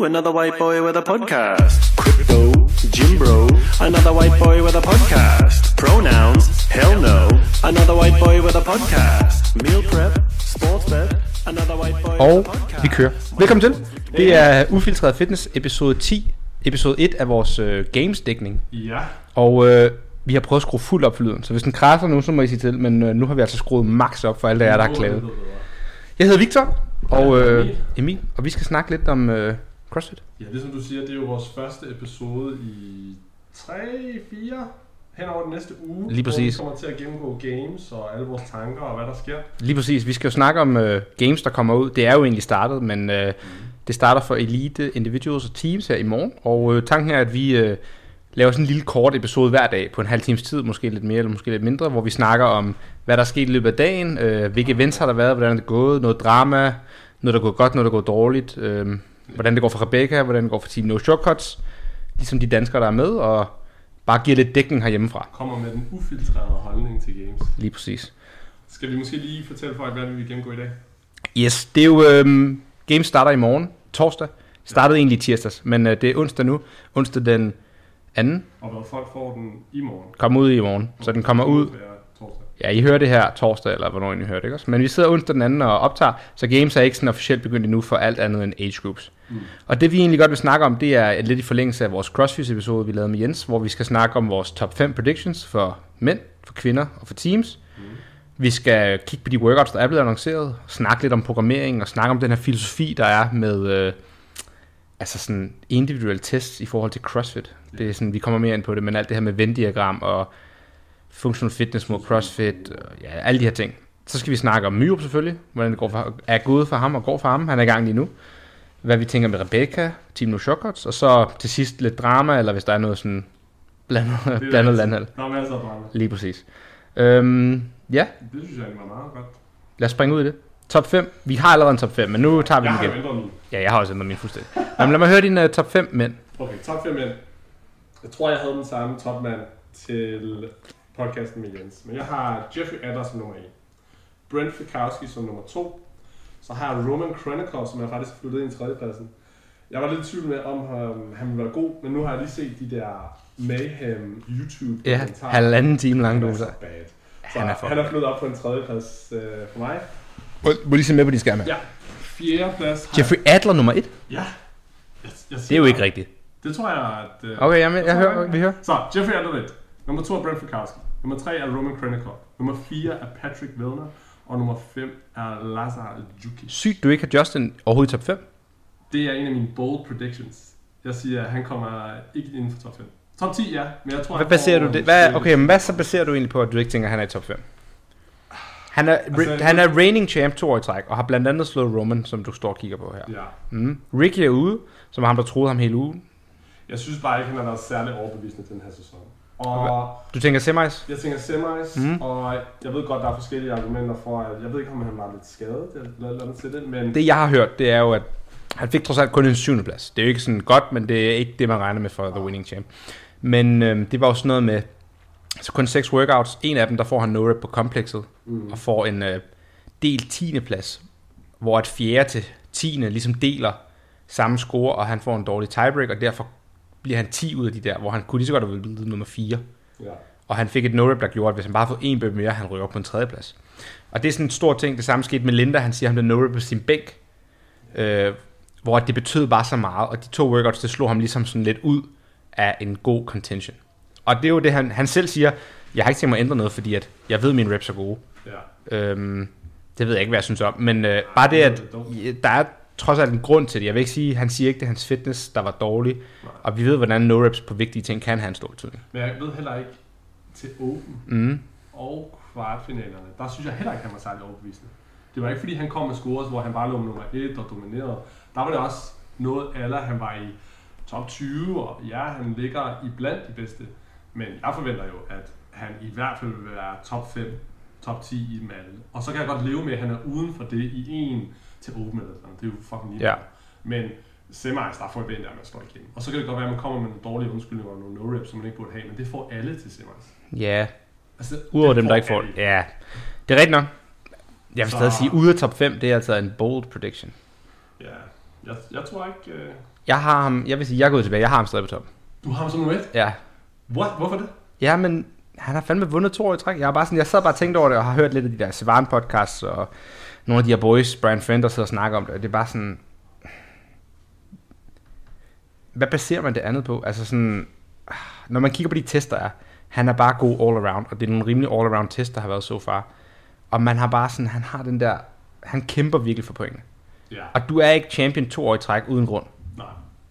Another white boy with a podcast. Crypto, Jim Bro, another white boy with a podcast. Pronouns, hell no. Another white boy with a podcast. Meal prep, sports bet, another white boy with a podcast. Og vi kører. Velkommen til. Det er Ufiltreret Fitness episode 10. Episode 1 af vores games-dækning. Ja. Og vi har prøvet at skrue fuldt op for lyden. Så hvis den krasser nu, så må I sige til. Men nu har vi altså skruet max op for alle jer, der har klaget. Jeg hedder Victor og Emil. Og vi skal snakke lidt om CrossFit. Ja, det som du siger, det er jo vores første episode i 3-4 hen over den næste uge. Lige præcis. Hvor vi kommer til at gennemgå games og alle vores tanker og hvad der sker. Lige præcis. Vi skal jo snakke om games, der kommer ud. Det er jo egentlig startet, men det starter for Elite, Individuals og Teams her i morgen. Og tanken er, at vi laver sådan en lille kort episode hver dag på en halv times tid, måske lidt mere eller måske lidt mindre, hvor vi snakker om, hvad der er sket i løbet af dagen, hvilke events har der været, hvordan er det gået, noget drama, noget der går godt, noget der går dårligt, hvordan det går for Rebecca, hvordan det går for Team No Shortcuts, ligesom de danskere, der er med, og bare giver lidt dækning herhjemmefra. Kommer med den ufiltrerede holdning til games. Lige præcis. Skal vi måske lige fortælle folk, hvad vi vil gennemgå i dag? Yes, det er jo, games starter i morgen, torsdag. Startede egentlig tirsdags, men det er onsdag nu, onsdag den 2. Og hvad folk får den i morgen. Kommer ud i morgen, så den kommer ud. Ja, I hører det her torsdag, eller hvornår I hører det, ikke også? Men vi sidder onsdag den 2. og optager, så games er ikke sådan officielt begyndt endnu for alt andet end age groups. Og det vi egentlig godt vil snakke om, det er lidt i forlængelse af vores CrossFit episode, vi lavede med Jens, hvor vi skal snakke om vores top 5 predictions for mænd, for kvinder og for teams. Vi skal kigge på de workouts, der er blevet annonceret, snakke lidt om programmering og snakke om den her filosofi, der er med altså sådan individuelle tests i forhold til CrossFit. Det er sådan, vi kommer mere ind på det, men alt det her med Venn-diagram og functional fitness mod CrossFit, og ja, alle de her ting. Så skal vi snakke om Myrup selvfølgelig, hvordan det går er gået for ham og går for ham. Han er i gang lige nu. Hvad vi tænker med Rebecca, Team No Shortcuts, og så til sidst lidt drama, eller hvis der er noget sådan blandet landhald. Der er masser af drama. Lige præcis. Ja. Det synes jeg var meget godt. Lad os springe ud i det. Top 5. Vi har allerede en top 5, men nu tager vi den igen. Jeg har ændret min. Ja, jeg har også ændret min fuldstændig. Men lad mig høre din top 5 mænd. Okay, top 5 mænd. Jeg tror, jeg havde den samme topmand til podcasten med Jens. Men jeg har Jeffrey Adler som nummer 1. Brent Fikowski som nummer 2. Så har jeg Roman Chronikov, som jeg faktisk har flyttet ind i 3. pladsen. Jeg var lidt i tvivl med, om han ville være god, men nu har jeg lige set de der Mayhem YouTube-kommentarer. Ja, 1,5 time lang du. Så han er flyttet op på en 3. plads for mig. Må lige se med på de skærme? Ja. 4. plads. Jeffrey Adler nummer 1? Ja. Det er jo ikke rigtigt. Det tror jeg, at... Okay, jamen, vi hører. Så, Jeffrey Adler 1. Nummer 2 er Brent Fikowski. Nummer 3 er Roman Chronikov. Nummer 4 er Patrick Vellner. Og nummer 5 er Lazar Jukic. Sygt, du ikke har Justin overhovedet i top 5? Det er en af mine bold predictions. Jeg siger, at han kommer ikke inden for top 5. Top 10, ja. Men jeg tror, hvad baserer du det? Hvad så baserer du egentlig på, at du ikke tænker, at han er i top 5? Han er reigning champ 2 år i træk, og har blandt andet slået Roman, som du står og kigger på her. Ja. Ricky er ude, som ham, der troede ham hele ugen. Jeg synes bare ikke, han har været særlig overbevisende den her sæson. Og du tænker semis? Jeg tænker semis, og jeg ved godt, der er forskellige argumenter for, at jeg ved ikke, om han var lidt skadet til det, men... Det jeg har hørt, det er jo, at han fik trods alt kun en 7. plads. Det er jo ikke sådan godt, men det er ikke det, man regner med for The Winning Champ. Men det var jo sådan noget med, så kun 6 workouts. En af dem, der får han no rep på komplekset, og får en del 10. plads, hvor et 4. til 10. ligesom deler samme score, og han får en dårlig tiebreak, og derfor bliver han 10 ud af de der, hvor han kunne lige så godt have blevet nummer 4. Ja. Og han fik et no-rep, der gjorde, at hvis han bare får en bøb mere, han rykker op på en 3. plads. Og det er sådan en stor ting. Det samme skete med Linda. Han siger, at han blev no-rep på sin bænk, hvor det betød bare så meget. Og de 2 workouts, det slog ham ligesom sådan lidt ud af en god contention. Og det er jo det, han selv siger. Jeg har ikke tænkt mig at ændre noget, fordi at jeg ved, at mine reps er gode. Ja. Det ved jeg ikke, hvad jeg synes om. Men bare det, at der er trods alt en grund til det. Jeg vil ikke sige, han siger ikke, det er hans fitness, der var dårlig. Nej. Og vi ved, hvordan no-reps på vigtige ting kan have en stor betydning. Men jeg ved heller ikke til Open og kvartfinalerne. Der synes jeg heller ikke, han var særlig overbevisende. Det var ikke, fordi han kom med scores, hvor han bare lå nummer 1 og dominerede. Der var det også noget, eller han var i top 20, og ja, han ligger i blandt de bedste. Men jeg forventer jo, at han i hvert fald vil være top 5, top 10 i dem alle. Og så kan jeg godt leve med, at han er uden for det i en til Open eller sådan. Det er jo fucking lige. Ja. Men semis, der forventer jeg, at man står igennem. Og så kan det godt være, at man kommer med nogle dårlige undskyldninger og nogle no-reps, som man ikke burde have, men det får alle til semis. Ja, altså, udover dem, der ikke får det. Ja, det er rigtigt nok. Jeg vil stadig sige, ude af top 5, det er altså en bold prediction. Ja, Jeg tror ikke... Jeg har ham, jeg vil sige, jeg er gået tilbage. Jeg har ham stadig på top. Du har ham som nummer 1? Ja. What? Hvorfor det? Ja, men han har fandme vundet 2 år i træk. Jeg sad bare og tænkte over det, og har hørt lidt af de der Sivan podcasts, og nogle af de her boys, Brian Fender, sidder og snakker om det, og det er bare sådan... Hvad baserer man det andet på? Altså sådan... Når man kigger på de tester, han er bare god all around, og det er nogle rimelig all around tester, der har været så far. Og man har bare sådan, han har den der... Han kæmper virkelig for pointene. Ja. Og du er ikke champion 2 år i træk uden grund. Nej.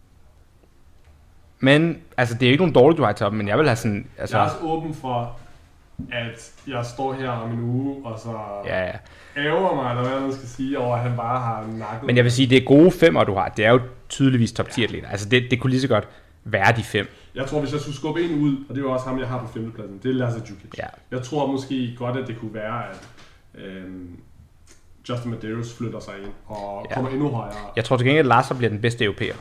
Men, altså, det er jo ikke nogen dårligt, du har i toppen, men jeg vil have sådan... Altså, jeg er også åben for, at jeg står her om en uge, og så ærger mig, eller hvad man skal sige, over at han bare har nakket. Men jeg vil sige, det er gode 5'er, du har. Det er jo tydeligvis top 10 atleter. Altså, det kunne lige så godt være de 5. Jeg tror, hvis jeg skulle skubbe en ud, og det er jo også ham, jeg har på 5. pladsen, det er Lazar Djukic. Ja. Jeg tror måske godt, at det kunne være, at Justin Medeiros flytter sig ind og kommer endnu højere. Jeg tror til gengæld, at Lazar bliver den bedste europæer.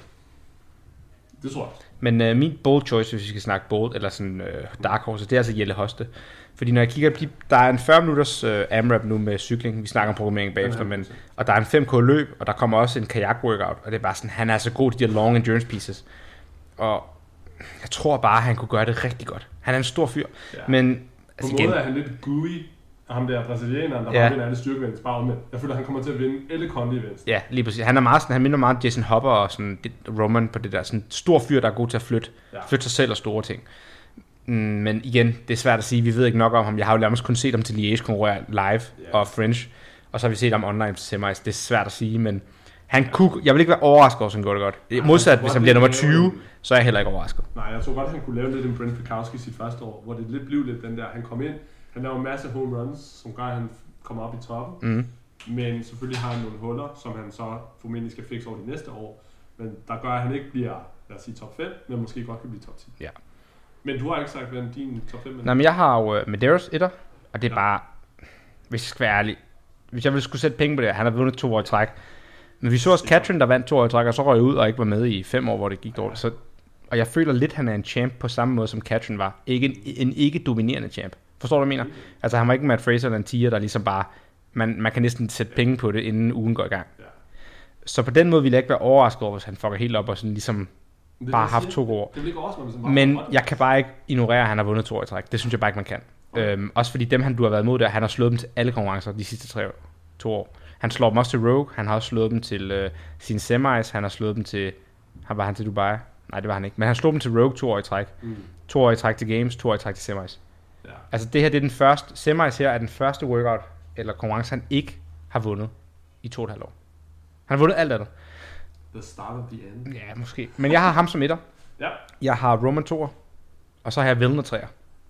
Det tror jeg. Men min bold choice, hvis vi skal snakke bold, eller sådan dark horse, det er altså Jelle Hoste. Fordi når jeg kigger på, der er en 40 minutters AMRAP nu med cykling, vi snakker om programmering bagefter, men, og der er en 5K løb, og der kommer også en kajak workout, og det er bare sådan, han er så god til de her long endurance pieces. Og jeg tror bare, at han kunne gøre det rigtig godt. Han er en stor fyr. Ja. Men på altså, en måde er han lidt gooey, ham der brasilianeren, der bare vinder alle styrkeevents, bare omvendt. Jeg føler, at han kommer til at vinde alle kondi-events. Ja, lige præcis. Han er meget sådan, han minder meget Jason Hopper og sådan Roman på det der sådan stor fyr, der er god til at flytte sig selv og store ting. Men igen, det er svært at sige. Vi ved ikke nok om ham. Jeg har jo nærmest kun set ham til Liège konkurrere live og French, og så har vi set ham online til semis. Det er svært at sige, men han kunne, jeg vil ikke være overrasket, hvis han gjorde det godt. Modsat, hvis han bliver nummer 20, så er jeg heller ikke overrasket. Nej, jeg tror godt, at han kunne lave lidt en Brent Fikowski sit første år, hvor det lidt blev lidt den der, han kom ind, han laver en masse home runs, som gør, at han kommer op i toppen. Men selvfølgelig har han nogle huller, som han så formentlig skal fikse over de næste år. Men der gør, at han ikke bliver, lad os sige, top 5, men måske godt kan blive top 10. Ja. Men du har ikke sagt, hvad din top 5 er? Nej, men jeg har jo Medeiros etter, og det er bare, hvis jeg skal være ærlig, hvis jeg ville skulle sætte penge på det, han har vundet 2 år i træk. Men vi så også Katrin, der vandt 2 år i træk, og så røg ud og ikke var med i 5 år, hvor det gik dårligt. Så, og jeg føler lidt, han er en champ på samme måde, som Katrin var. En ikke-dominerende champ. Forstår du, hvad jeg mener? Altså, han var ikke Matt Fraser eller en tiger, der ligesom bare... Man kan næsten sætte penge på det, inden ugen går i gang. Ja. Så på den måde ville jeg ikke være overrasket over, hvis han fucker helt op og sådan ligesom bare haft 2 år. Men jeg kan bare ikke ignorere, at han har vundet 2 år i træk. Det synes jeg bare ikke, man kan. Okay. Også fordi dem, du har været imod der, han har slået dem til alle konkurrencer de sidste 2 år. Han slår dem også til Rogue, han har også slået dem til sine semis, han har slået dem til... Var han til Dubai? Nej, det var han ikke. Men han slog dem til Rogue 2 år i træk. 2 år i træk til Games, 2 år i træk til semis. Ja. Altså det her, det er den første... Semis her er den første workout, eller konkurrence, han ikke har vundet i 2,5 år. Han har vundet alt af det. The start of the end. Ja, måske. Men jeg har ham som etter. Ja. Jeg har Roman 2'er. Og så har jeg Vellner 3'er.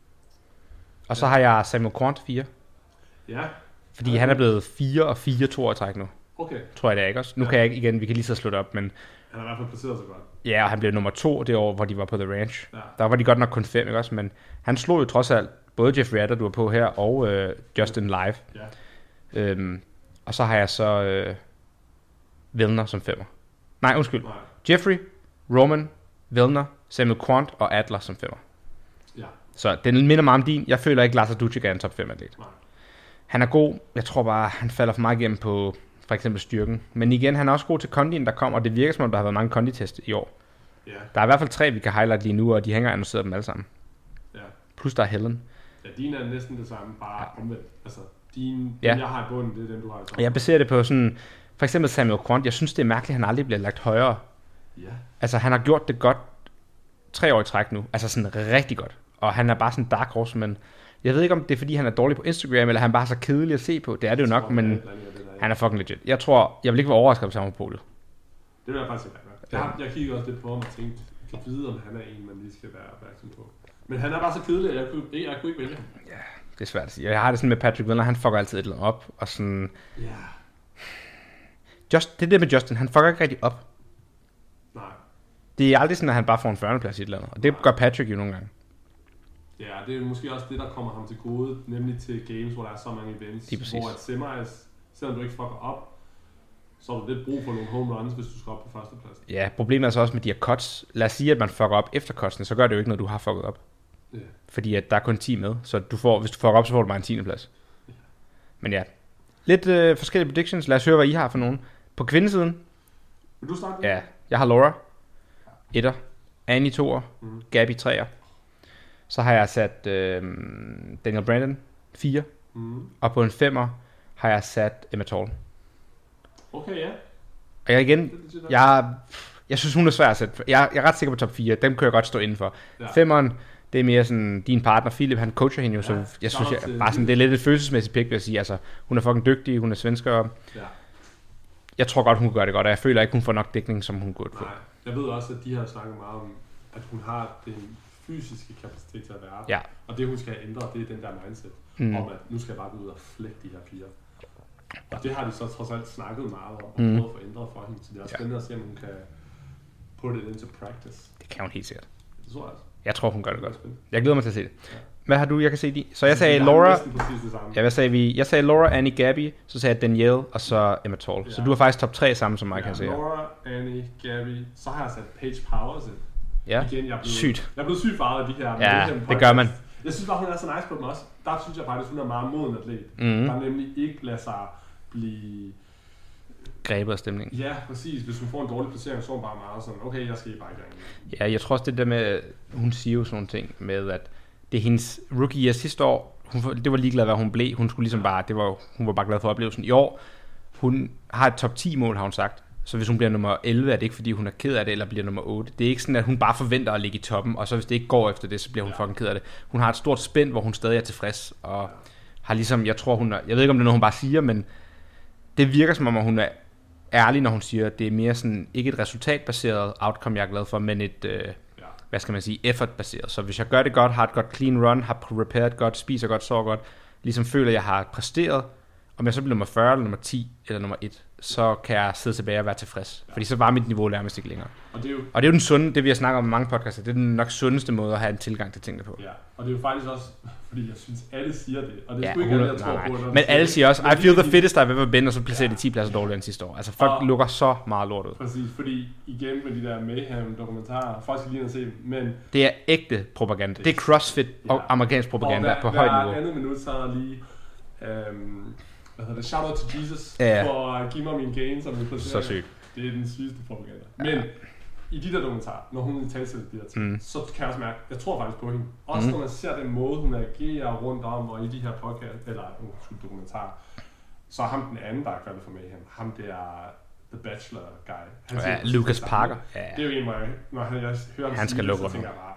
Og så har jeg Samuel Quant 4. Ja. Fordi han er blevet 4 og 4 2 år i træk nu. Okay. Tror jeg det er, ikke også? Nu kan jeg ikke igen, vi kan lige så slutte op, men... Han har i hvert fald placeret sig godt. Ja, og han blev nummer 2 det år, hvor de var på The Ranch. Ja. Der var de godt nok kun 5, ikke også? Men han slog jo trods alt både Jeffrey Adder, du var på her, og Justin Live. Ja. Og så har jeg så Vellner som 5'er. Nej, undskyld. Nej. Jeffrey, Roman, Vellner, Samuel Quant og Adler som 5'er. Ja. Så den minder meget om din. Jeg føler ikke, Lazar Djukic er en top 5 atlet. Nej. Han er god. Jeg tror bare, han falder for meget igennem på for eksempel styrken. Men igen, han er også god til kondien, der kommer, og det virker som om, der har været mange konditest i år. Ja. Der er i hvert fald 3, vi kan highlight lige nu, og de hænger annonceret dem alle sammen. Ja. Plus der er Helen. Ja, din er næsten det samme, bare omvendt. Altså, den jeg har i bunden, det er den, du har i toppen. Jeg baserer det på sådan, for eksempel Samuel Quant. Jeg synes, det er mærkeligt, at han aldrig bliver lagt højere. Ja. Altså, han har gjort det godt 3 år i træk nu. Altså sådan rigtig godt. Og han er bare sådan dark horse, men jeg ved ikke, om det er, fordi han er dårlig på Instagram, eller han bare er så kedelig at se på. Det er det jo nok, men han er fucking legit. Jeg vil ikke være overrasket, hvis han var på podiet. Det vil jeg faktisk ikke. Jeg kiggede også lidt på ham og tænkte, kan vide, om han er en, man lige skal være opmærksom på. Men han er bare så kedelig, at jeg kunne ikke vælge. Ja, det er svært at sige. Jeg har det sådan med Patrick Vellner, han fucker altid et eller andet op, og sådan... Ja. Det med Justin, han fucker ikke rigtig op. Nej. Det er aldrig sådan, at han bare får en 40. plads i et eller andet, og det gør Patrick jo nogle gange. Ja, det er måske også det, der kommer ham til gode, nemlig til games, hvor der er så mange events, hvor at semis, selvom du ikke fucker op, så har du lidt brug for nogle home runs, hvis du skal op på førstepladsen. Ja, problemet er så også med de her cuts. Lad os sige, at man fucker op efter cutsene, så gør det jo ikke, når du har fucket op. Yeah. Fordi at der er kun 10 med, så hvis du fucker op, så får du bare en 10. plads. Yeah. Men ja, lidt forskellige predictions. Lad os høre, hvad I har for nogen. På kvindesiden, Vil du starte? Ja, jeg har Laura, 1'er, Annie 2'er, Gabby 3'er. Så har jeg sat Daniel Brandon 4, og på en 5'er har jeg sat Emma Toll. Okay, ja. Og jeg synes, hun er svær at sætte. Jeg er ret sikker på top 4. Dem kan jeg godt stå indenfor. Ja. 5'eren, det er mere sådan, din partner Philip, han coacher hende jo, så jeg synes, bare sådan, det er lidt et følelsesmæssigt pick, vil jeg sige. Altså, hun er fucking dygtig, hun er svensker. Ja. Jeg tror godt, hun kunne gøre det godt, og jeg føler ikke, hun får nok dækning, som hun kunne få. Nej, jeg ved også, at de har snakket meget om, at hun har den fysiske kapacitet til at være. Ja. Og det, hun skal ændre, det er den der mindset, om at nu skal jeg bare gå ud og flække de her piger. Og det har de så trods alt snakket meget om, og prøvet at få ændret for hende, så det er også spændende at se, om hun kan put it into practice. Det kan hun helt sikkert. Det tror jeg også. Jeg tror, hun gør det godt. Jeg glæder mig til at se det. Ja. Hvad har du? Jeg kan se de. Så jeg sagde Laura. Ja, hvad sagde vi? Jeg sagde Laura, Annie, Gabby, så sagde jeg Danielle, og så Emma Toll. Ja. Så du har faktisk top 3 sammen som mig, kan jeg se. Laura, Annie, Gabby. Så har jeg sat Paige Powers ind. Ja, igen, jeg er blevet sygt farvet af de her. Ja, det gør man. Jeg synes bare, hun er så nice på dem også. Der synes jeg faktisk, hun er meget moden atlet. Der nemlig ikke lader sig blive grebet af stemningen. Ja, præcis. Hvis hun får en dårlig placering, så er hun bare meget sådan, okay, jeg skal bare i gang. Ja, jeg tror også det der med, hun siger jo sådan nogle ting med, at det er hendes rookie year sidste år. Det var ligeglad, hvad hun blev. Hun skulle ligesom bare, hun var bare glad for oplevelsen. I år, hun har et top 10 mål, har hun sagt. Så hvis hun bliver nummer 11, er det ikke fordi hun er ked af det, eller bliver nummer 8. Det er ikke sådan, at hun bare forventer at ligge i toppen, og så hvis det ikke går efter det, så bliver hun fucking ked af det. Hun har et stort spænd, hvor hun stadig er tilfreds, og har ligesom, jeg ved ikke om det er noget, hun bare siger, men det virker som om, at hun er ærlig, når hun siger, at det er mere sådan, ikke et resultatbaseret outcome, jeg er glad for, men et, hvad skal man sige, effort-baseret. Så hvis jeg gør det godt, har et godt clean run, har repaired godt, spiser godt, sover godt, ligesom føler, at jeg har præsteret, om jeg så bliver nummer 40, eller nummer 10, eller nummer 1, så kan jeg sidde tilbage og være tilfreds. Fordi så var mit niveau nærmest ikke længere. Og det er jo den sunde, det vi har snakket om i mange podcaster, det er den nok sundeste måde at have en tilgang til tingene på. Ja, og det er jo faktisk også, fordi jeg synes, alle siger det, og det er sgu ikke alle, jeg tror på. Men alle siger også, I feel the fittest I've ever been, og så placerer de 10 pladser dårligere end sidste år. Altså folk lukker så meget lort ud. Præcis, fordi igen med de der Mayhem-dokumentarer, folk skal lige at se, men det er ægte propaganda. Det er CrossFit og amerikansk propaganda på højt niveau. Og hver andet minut, så er der lige shout out to Jesus for at give mig min gains og min placering. Så sygt. Det er den sygeste propaganda. Men i de der dokumentarer, når hun talsætter de her ting, så kan jeg også mærke, jeg tror faktisk på hende. Også når man ser den måde, hun agerer rundt om, og i de her podcast, eller dokumentarer, så er ham den anden, der er faldet for Mayhem. Ham der The Bachelor guy. Lucas Parker. Det er jo en, når jeg hører ham sige det, så tænker jeg bare,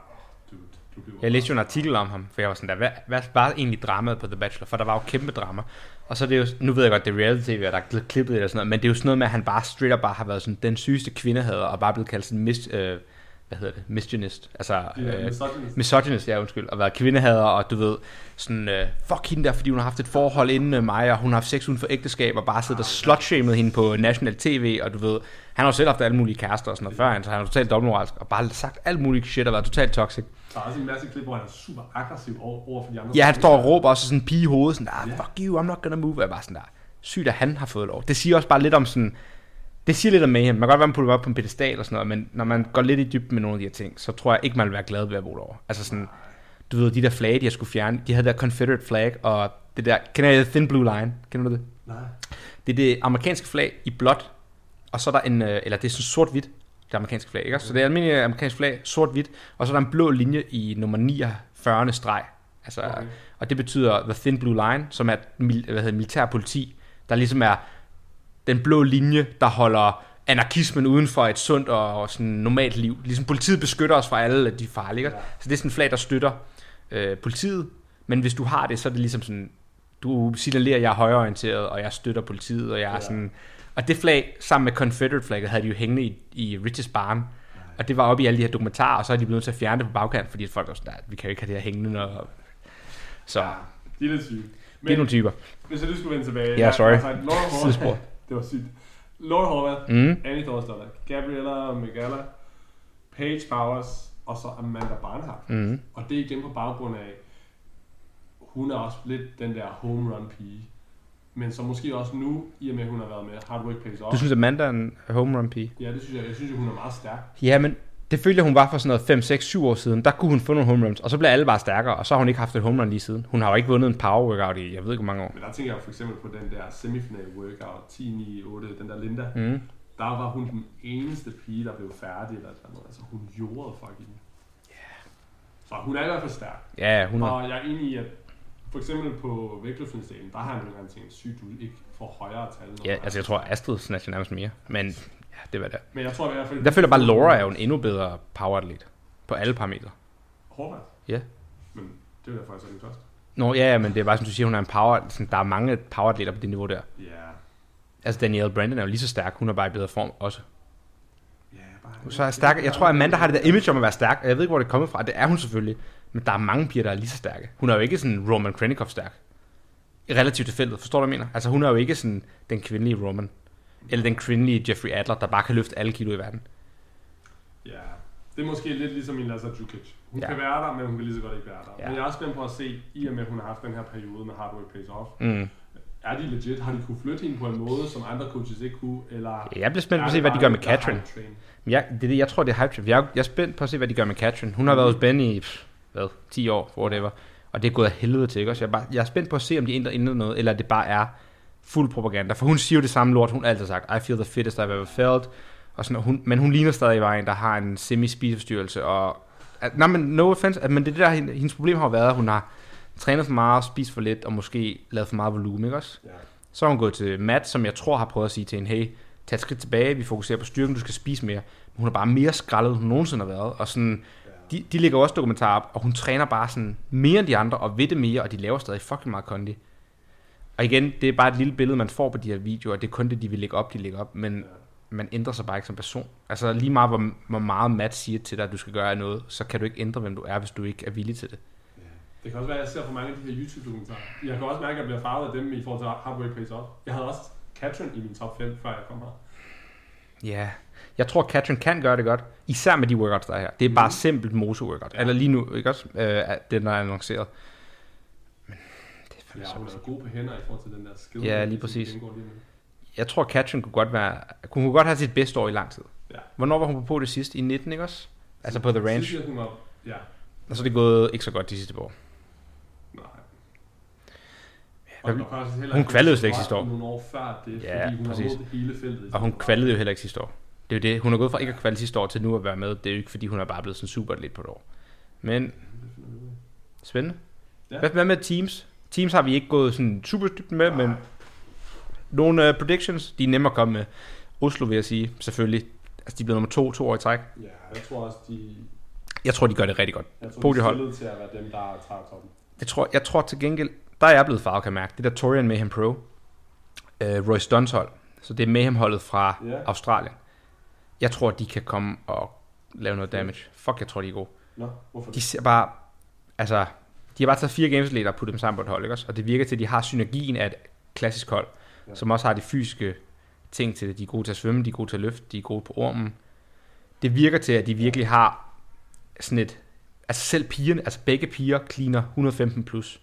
jeg læste jo en artikel om ham, for jeg var sådan der, hvad var egentlig dramaet på The Bachelor? For der var jo kæmpe drama. Og så er det jo, nu ved jeg godt, det er reality-tv, og der er klippet eller sådan noget, men det er jo sådan noget med, at han bare straight up bare har været sådan den sygeste kvindehader, og bare blevet kaldt sådan misogynist, altså misogynist, ja undskyld, og været kvindehader, og du ved, sådan, fuck hende der, fordi hun har haft et forhold inden mig, og hun har haft sex uden for ægteskab, og bare siddet og slutshamed hende på national tv, og du ved, han har jo selv haft alle mulige kærester og sådan noget før, så han har totalt dobbeltmoralsk, og bare sagt alt muligt shit, og været totalt toxic. Der er også en masse klip, hvor han er super aggressiv over for de andre. Ja, han står og råber også sådan en pige i hovedet, sådan fuck you, I'm not gonna move, og jeg bare sådan der, sygt at han har fået lov. Det siger også bare lidt om sådan, det siger lidt om Mayhem. Man kan godt være, man putter op på en pedestal og sådan noget, men når man går lidt i dybden med nogle af de her ting, så tror jeg ikke, man vil være glad ved at bo derovre. Altså sådan, du ved, de der flag, de har skulle fjerne, de havde der Confederate flag, og det der, kender jeg Thin Blue Line? Kender du det? Nej. Det er det amerikanske flag i blåt, og så er der en, eller det er sådan sort-hvidt, det amerikanske flag, ikke? Så det er almindeligt amerikansk flag, sort-hvidt, og så er der en blå linje i nummer 49. streg. Altså, og det betyder The Thin Blue Line, som er militærpoliti, der ligesom er den blå linje, der holder anarkismen uden for et sundt og sådan normalt liv. Ligesom politiet beskytter os fra alle de farlige. Ja. Så det er sådan en flag, der støtter politiet. Men hvis du har det, så er det ligesom sådan, du signalerer, at jeg er højreorienteret, og jeg støtter politiet, og jeg er sådan. Og det flag, sammen med Confederate-flagget, havde de jo hængende i Rich's barn. Og det var oppe i alle de her dokumentarer, og så er de blevet nødt til at fjerne det på bagkant, fordi folk var sådan, vi kan jo ikke have det her hængende. Og så ja, det er lidt sygt. Det er nogle typer. Hvis jeg skulle vende tilbage. Ja, sorry. Det var sygt. Laura Horvath, Annie Thorsdottir, Gabriella Migala, Paige Powers og så Amanda Barnhart. Og det er igen på baggrund af, hun er også lidt den der home run pige. Men så måske også nu, i og med at hun har været med, hard work pays off. Du synes, Amanda er en home run pige? Ja, det synes jeg. Jeg synes, at hun er meget stærk. Ja, men det følte jeg, hun var for sådan noget 5, 6, 7 år siden. Der kunne hun få nogle home runs, og så blev alle bare stærkere, og så har hun ikke haft et home run lige siden. Hun har jo ikke vundet en power workout i, jeg ved ikke hvor mange år. Men der tænker jeg for eksempel på den der semifinal workout, 10-9-8, den der Linda. der var hun den eneste pige, der blev færdig eller noget. Altså hun jordede fucking. Så hun er i hvert fald stærk. Ja, 100. Og jeg er enig i, at for eksempel på vægtløftningsdagen, der har han nogle gange tænkt, sygt du ikke får højere tal. Ja, altså jeg tror Astrid snatcher nærmest mere, men ja, det var det. Men jeg tror i hvert fald... Der føler bare, at Laura er jo en endnu bedre poweratlet på alle parametre. Hårdt? Ja. Men det vil jeg faktisk have den første. Nå, ja, men det er bare som du siger, hun er en power... Sådan, der er mange poweratleter på det niveau der. Ja. Altså Danielle Brandon er jo lige så stærk, hun er bare i bedre form også. Ja, bare... Så er stærk. Jeg tror, at Amanda har det der image om at være stærk, og jeg ved ikke, hvor det er kommet fra. Det er hun selvfølgelig. Men der er mange piger, der er lige så stærke. Hun er jo ikke sådan Roman Krennikov stærk. Relativt til feltet, forstår du, hvad jeg mener? Altså hun er jo ikke sådan den kvindelige Roman. Eller den kvindelige Jeffrey Adler, der bare kan løfte alle kilo i verden. Ja, det er måske lidt ligesom en Lazar Djukic. Hun kan være der, men hun kan lige så godt ikke være der. Ja. Men jeg er også spændt på at se, i og med at hun har haft den her periode med Hard Work Pays Off. Er de legit? Har de kunne flytte hende på en måde, som andre coaches ikke kunne? Eller jeg bliver spændt på at se, hvad de gør med Katrin. Jeg tror, det er hype. Jeg er spændt på at se, hvad de gør med Katrin. Hun har været hos Ben i 10 år, whatever. Og det er gået af helvede til, ikke også? Jeg er spændt på at se, om de ændrer noget, eller det bare er fuld propaganda. For hun siger jo det samme lort, hun har altid sagt, I feel the fittest I've ever felt. Og sådan, men hun ligner stadig vejen, der har en semi-spiseforstyrrelse. Og, men no offense, men det der, hendes problem har været, at hun har trænet for meget, spist for lidt, og måske lavet for meget volumen, ikke også? Ja. Så har hun gået til Matt, som jeg tror har prøvet at sige til hende, hey, tag et skridt tilbage, vi fokuserer på styrken, du skal spise mere. Men hun er bare mere skrællet, end hun nogensinde har været. Og sådan, de lægger også dokumentarer op, og hun træner bare sådan mere end de andre, og ved det mere, og de laver stadig fucking meget kondi. Og igen, det er bare et lille billede, man får på de her videoer, det er kun det, de vil lægge op, men man ændrer sig bare ikke som person. Altså lige meget, hvor meget Matt siger til dig, at du skal gøre noget, så kan du ikke ændre, hvem du er, hvis du ikke er villig til det. Ja. Det kan også være, at jeg ser for mange af de her YouTube-dokumentarer. Jeg kan også mærke, at jeg bliver farvet af dem i forhold til Hard Work Pays Off. Jeg havde også Katrin i min top 5, før jeg kom her. Ja, jeg tror, Katrin kan gøre det godt, især med de workouts, der er her. Det er bare simpelt mose-workout. Ja. Eller lige nu, ikke også? Den, der er annonceret. Men det er faktisk hun er god på hænder i forhold til den der skill. Ja, lige præcis. Jeg tror, Katrin kunne godt have sit bedste år i lang tid. Ja. Hvornår var hun på det sidste? I 19, ikke også? Altså på The Ranch. Hun var, ja. Og så er det gået ikke så godt de sidste år. Nej. Hun kvalede slet ikke sidste år. Nogle år før det, ja, fordi hun præcis. har hele feltet. Og hun kvalede jo heller ikke sidste år. Det er jo det. Hun er gået fra ikke at kvalde sidste år til nu at være med. Det er jo ikke, fordi hun er bare blevet sådan super lidt på et år. Men spændende. Ja. Hvad med Teams? Teams har vi ikke gået sådan super dybt med, men nogle predictions, de er nemme at komme med. Oslo vil jeg sige, selvfølgelig. Altså, de er blevet nummer 2 år i træk. Ja, jeg tror også, de gør det rigtig godt. Jeg tror, de er stillet til at være dem, der tager toppen. Jeg tror til gengæld, der er jeg blevet farvet, kan jeg mærke. Det der Torian Mayhem Pro. Royce Dunns hold. Så det er Mayhem-holdet fra Australien. Jeg tror, de kan komme og lave noget damage. Fuck, jeg tror, de er gode. Nå, hvorfor de ser bare, altså, de har bare taget 4 gamesleder og puttet dem sammen på et hold, ikke også? Og det virker til, at de har synergien af et klassisk hold, som også har de fysiske ting til det. De er gode til at svømme, de er gode til at løfte, de er gode på ormen. Det virker til, at de virkelig har sådan et, altså selv pigerne, altså begge piger cleaner 115 plus.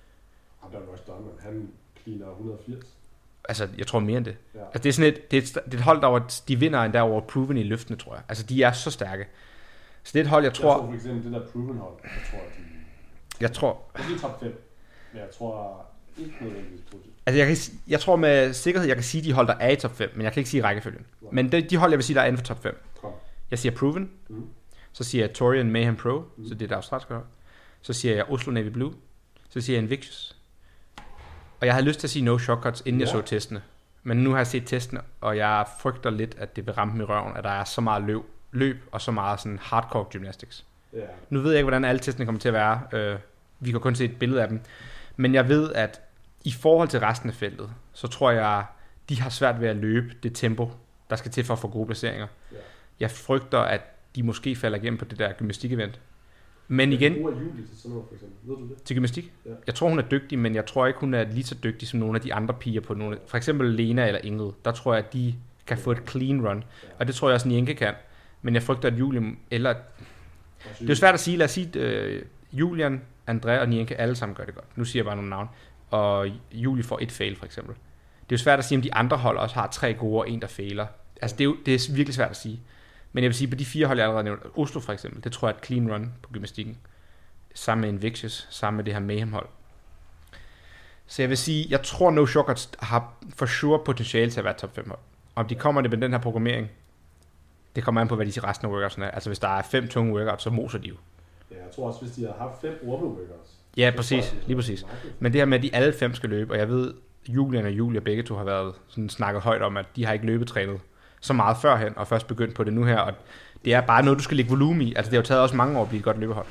Han cleaner 180. Altså, jeg tror mere end det. Ja. Altså, det er sådan det er et hold, der over, de vinder endda over Proven i løftene, tror jeg. Altså, de er så stærke. Så det er et hold, jeg tror... Jeg tror for eksempel, det der Proven hold, jeg tror, det er top 5. Men jeg tror ikke nødvendigvis positivt. Altså, jeg tror med sikkerhed, jeg kan sige, de hold, der er i top 5, men jeg kan ikke sige rækkefølgen. Ja. Men de hold, jeg vil sige, der er inden for top 5. Kom. Jeg siger Proven. Så siger jeg Torian Mayhem Pro, så det er der australske hold. Så siger jeg Oslo Navy Blue. Så siger jeg Invictus. Og jeg havde lyst til at sige no shortcuts, inden jeg så testene. Men nu har jeg set testene, og jeg frygter lidt, at det vil ramme mig i røven, at der er så meget løb og så meget sådan hardcore gymnastics. Yeah. Nu ved jeg ikke, hvordan alle testene kommer til at være. Vi kan kun se et billede af dem. Men jeg ved, at i forhold til resten af feltet, så tror jeg, de har svært ved at løbe det tempo, der skal til for at få gode placeringer. Yeah. Jeg frygter, at de måske falder igennem på det der gymnastik-event. Men igen, Julie til sådan noget, for eksempel. Ved du det? Til gymnastik? Ja. Jeg tror, hun er dygtig, men jeg tror ikke, hun er lige så dygtig som nogle af de andre piger på nogle. For eksempel Lena eller Ingrid. Der tror jeg, at de kan få et clean run. Ja. Og det tror jeg også, Nienke kan. Men jeg frygter, at Julie eller... Det er jo svært at sige. Lad os sige, Julian, Andrea og Nienke alle sammen gør det godt. Nu siger jeg bare nogle navn. Og Julie får et fail, for eksempel. Det er jo svært at sige, om de andre hold også har 3 gode og en, der failer. Altså, det er virkelig svært at sige. Men jeg vil sige, på de 4 hold, jeg allerede nævnt, Oslo for eksempel, det tror jeg er et clean run på gymnastikken. Sammen med Invictus, sammen med det her Mayhem-hold. Så jeg vil sige, jeg tror No Shortcuts har for sure potentiale til at være top 5 hold. Om de kommer det med den her programmering, det kommer an på, hvad de siger resten af workoutsene er. Altså hvis der er 5 tunge workouts, så moser de jo. Ja, jeg tror også, hvis de har haft 5 workouts. Ja, præcis. Lige præcis. Men det her med, at de alle 5 skal løbe, og jeg ved, Julian og Julia begge to har været sådan snakket højt om, at de har ikke løbetrænet så meget førhen, og først begyndt på det nu her, og det er bare noget, du skal lægge volumen i. Altså det har jo taget også mange år at blive et godt løbehold.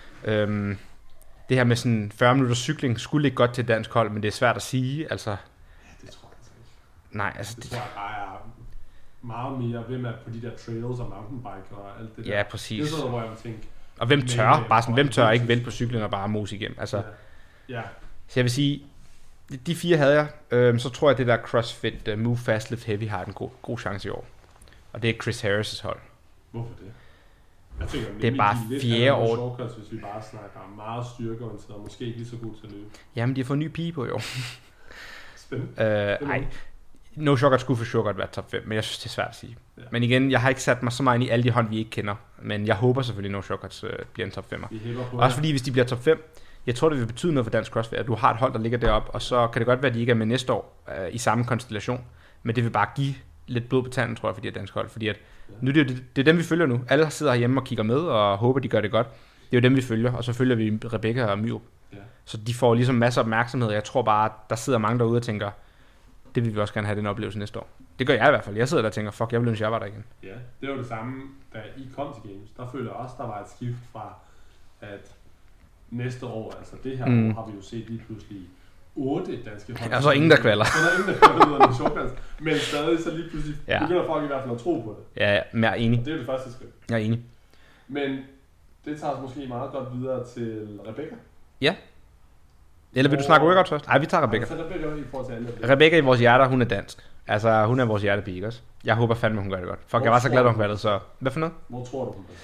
Det her med sådan 40 minutter cykling skulle ligge godt til dansk hold, men det er svært at sige, altså. Ja, det tror jeg ikke. Nej, altså. Det tror jeg bare er meget mere, hvem er på de der trails og mountainbike og alt det der. Ja, præcis. Det er sådan, hvor jeg vil tænke. Og hvem tør? Bare sådan, hvem tør ikke vælge på cyklen og bare mose igennem? Altså. Ja. Så jeg vil sige, de 4 havde jeg. Så tror jeg, at det der CrossFit Move Fast Lift Heavy har en god chance i år. Og det er Chris Harris' hold. Hvorfor det? Jeg tænker, det er bare 4 år. Shortcuts, hvis vi bare snakker om meget styrkeorienteret og måske ikke lige så god til at løbe. Jamen, de har fået en ny pige på i år. Spændende. No Shortcuts skulle for sure godt være top 5, men jeg synes, det er svært at sige. Ja. Men igen, jeg har ikke sat mig så meget ind i alle de hold, vi ikke kender. Men jeg håber selvfølgelig, No Shortcuts bliver en top 5'er. Også fordi, hvis de bliver top 5, jeg tror, det vil betyde noget for dansk CrossFit, at du har et hold, der ligger deroppe, og så kan det godt være, at de ikke er med næste år i samme konstellation. Men det vil bare give lidt blod på tanden, tror jeg, for de her danske hold. Fordi at nu det er dem, vi følger nu. Alle sidder herhjemme og kigger med og håber, de gør det godt. Det er jo dem, vi følger, og så følger vi Rebecca og Myrup. Ja. Så de får ligesom masser af opmærksomhed. Jeg tror bare, der sidder mange derude og tænker, det vil vi også gerne have den oplevelse næste år. Det gør jeg i hvert fald. Jeg sidder der og tænker, fuck, jeg vil ønske, jeg var der igen. Ja, det var det samme, da I kom til Games. Der føler jeg også, der var et skift fra, at næste år, altså det her år, har vi jo set lige pludselig 8 danske hold. Altså ingen, der kvalder. Så der er ingen, der kvalder ud af shortcuts. Men stadig så lige pludselig begynder folk i hvert fald at tro på det. Ja, men jeg er enig. Og det er jo det første skridt. Jeg er enig. Men det tager os måske meget godt videre til Rebecca. Ja. Eller vil du snakke workouts først? Nej, vi tager Rebecca. Så Rebecca i forhold til alle. Rebecca i vores hjerter, hun er dansk. Altså, hun er vores hjertepige også. Jeg håber fandme, hun gør det godt. Fuck, jeg var så glad, at hun valgte, så... Hvad for noget? Hvor tror du, hun bliver?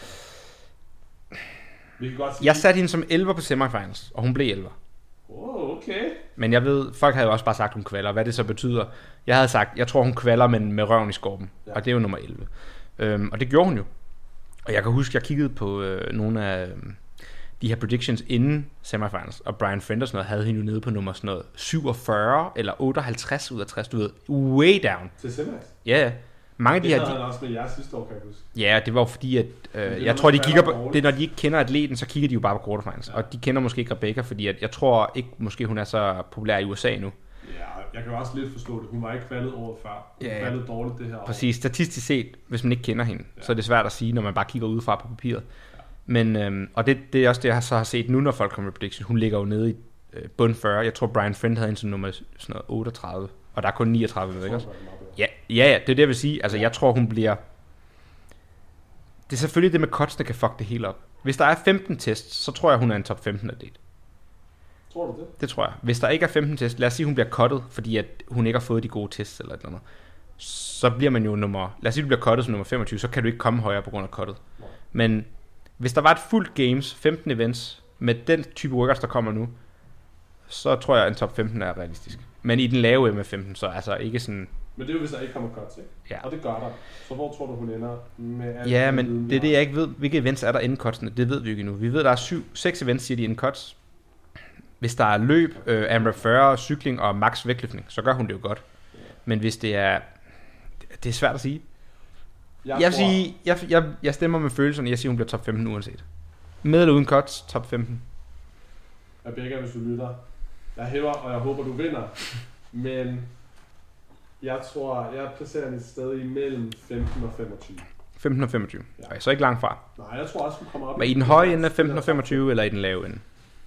Vi kan godt sige... Jeg satte hende som 11 på semifinals, og hun blev 11. Okay. Men jeg ved, folk havde jo også bare sagt, hun kvalder. Hvad det så betyder. Jeg havde sagt, jeg tror, hun kvalder, men med røven i skorpen. Ja. Og det er jo nummer 11. Og det gjorde hun jo. Og jeg kan huske, jeg kiggede på nogle af de her predictions inden semifinals, og Brian Fenderson havde hende jo nede på nummer sådan noget 47 eller 58 ud af 60, du ved, way down. Til semis? Ja, mange af de her... Det havde han også med jer sidste år, kan jeg huske. Ja, det var jo fordi, at jeg tror, de kigger på... Det, når de ikke kender atleten, så kigger de jo bare på quarterfinals. Ja. Og de kender måske ikke Rebecca, fordi at jeg tror ikke, måske hun er så populær i USA nu. Ja, jeg kan jo også lidt forstå det. Hun var ikke kvalet året før. Hun kvalet dårligt det her år. Præcis. Statistisk set, hvis man ikke kender hende, så er det svært at sige, når man bare kigger udefra på papiret. Ja. Men, og det er også det, jeg så har set nu, når folk kommer med prediction. Hun ligger jo nede i bund 40. Jeg tror, Brian Friend havde en som nummer sådan noget 38. Og der er kun 39 med, ikke også? Ja, det er det, jeg vil sige. Altså, jeg tror, hun bliver... Det er selvfølgelig det med cuts, der kan fuck det hele op. Hvis der er 15 tests, så tror jeg, hun er en top 15 atlet. Tror du det? Det tror jeg. Hvis der ikke er 15 tests, lad os sige, hun bliver cuttet, fordi at hun ikke har fået de gode tests eller et eller andet. Så bliver man jo nummer... Lad os sige, du bliver cuttet som nummer 25, så kan du ikke komme højere på grund af cuttet. Nej. Men hvis der var et fuldt games, 15 events, med den type workouts, der kommer nu, så tror jeg, at en top 15 er realistisk. Men i den lave M15, så altså ikke sådan... Men det er jo, hvis der ikke kommer cuts, ikke? Ja. Og det gør der. Så hvor tror du, hun ender med alle ja, men viden, det er det, jeg ikke ved. Hvilke events er der inden cutsene? Det ved vi ikke endnu. Vi ved, der er 6 events, siger de, inden cuts. Hvis der er løb, AMRAP 40, cykling og max vægtløftning, så gør hun det jo godt. Ja. Men hvis det er... Det er svært at sige. Jeg stemmer med følelserne. Jeg siger, hun bliver top 15 uanset. Med eller uden cuts, top 15. Rebecca, hvis du lytter. Jeg hæver, og jeg håber, du vinder. Men... Jeg tror, jeg placerer den et sted imellem 15 og 25. 15 og 25. Ja. Okay, så ikke langt fra. Nej, jeg tror også, hun kommer op. Men i den høje ende af 15 og 25, eller i den lave ende?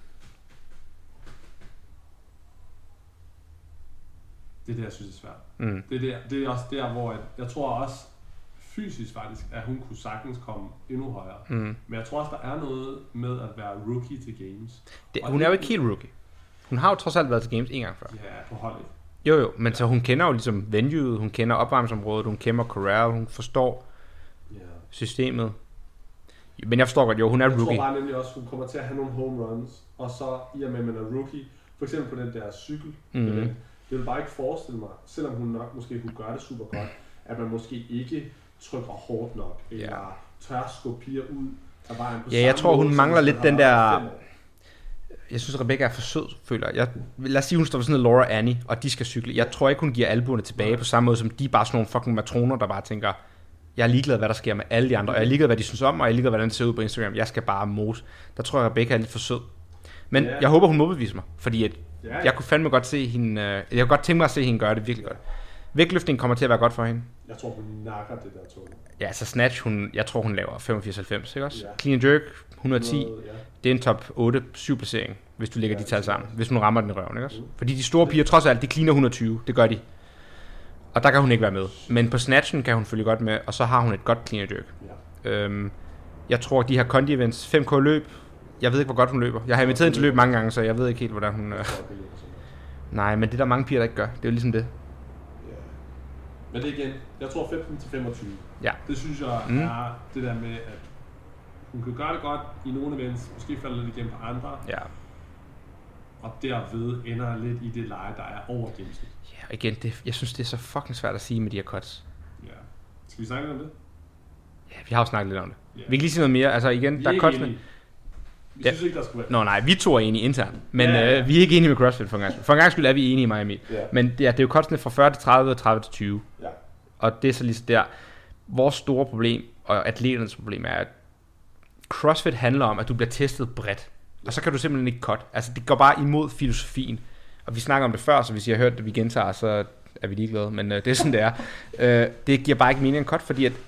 Det er det, jeg synes er svært. Det er også der, hvor jeg tror også fysisk faktisk, at hun kunne sagtens komme endnu højere. Men jeg tror også, der er noget med at være rookie til games. Hun er jo ikke helt rookie. Hun har jo trods alt været til games en gang før. Ja, på holdet. Jo, men så hun kender jo ligesom venueet, hun kender opvarmningsområdet, hun kender corral, hun forstår systemet. Men jeg forstår godt, jo, hun er rookie. Jeg tror bare nemlig også, hun kommer til at have nogle home runs, og så i og med, at man er rookie, for eksempel på den der cykel, det vil bare ikke forestille mig, selvom hun nok måske kunne gøre det super godt, at man måske ikke trykker hårdt nok, eller tør skubbe piger ud af vejen på jeg tror, hun mangler lidt den der... Jeg synes, Rebecca er for sød, føler jeg. Lad os sige, hun står ved sådan noget Laura Annie, og de skal cykle. Jeg tror ikke, hun giver albuerne tilbage på samme måde, som de er bare sådan nogle fucking matroner, der bare tænker, jeg er ligeglad, hvad der sker med alle de andre, og jeg er ligeglad, hvad de synes om, og jeg er ligeglad, hvordan det ser ud på Instagram. Jeg skal bare mose. Der tror jeg, Rebecca er lidt for sød. Men jeg håber, hun må bevise mig, fordi at jeg kunne fandme godt se hende, jeg kunne godt tænke mig at se hende gøre det virkelig godt. Vægtløftning kommer til at være godt for hende. Jeg tror, hun nakker det der tog. Ja, så snatch, jeg tror, hun laver 85-90, ikke også? Ja. Clean and jerk, 110. Det er en top 8-7 placering, hvis du lægger de tal sammen. Hvis hun rammer den i røven, ikke også? Fordi de store piger, trods alt, de cleaner 120. Det gør de. Og der kan hun ikke være med. Men på snatchen kan hun følge godt med, og så har hun et godt clean and jerk. Ja. Jeg tror, de her kondi-events, 5K løb, jeg ved ikke, hvor godt hun løber. Jeg har inviteret hende til løb mange gange, så jeg ved ikke helt, hvordan hun... Nej, men det er der mange piger, der ikke gør. Det er jo ligesom det. Men det igen, jeg tror 15-25. Ja. Det synes jeg er det der med, at hun kan gøre det godt i nogle events, måske falder lidt igennem på andre. Ja. Og derved ender lidt i det leje, der er over gennemsnit. Ja, igen, jeg synes, det er så fucking svært at sige med de her cuts. Ja. Skal vi snakke lidt om det? Ja, vi har jo snakket lidt om det. Ja. Vi kan lige sige noget mere. Altså igen, der er cuts med... Vi synes ikke, der skulle være... Nå nej, vi to er enige internt, men vi er ikke enige med CrossFit for en gang skyld. For en gang skyld er vi enige i Miami. Ja. Men det er jo cutsene fra 40 til 30 og 30 til 20. Ja. Og det er så lige der. Vores store problem, og atleternes problem er, at CrossFit handler om, at du bliver testet bredt. Og så kan du simpelthen ikke cut. Altså det går bare imod filosofien. Og vi snakker om det før, så hvis I har hørt det, vi gentager, så er vi ligeglade. Men det er sådan, det er. Det giver bare ikke mening at cut, fordi at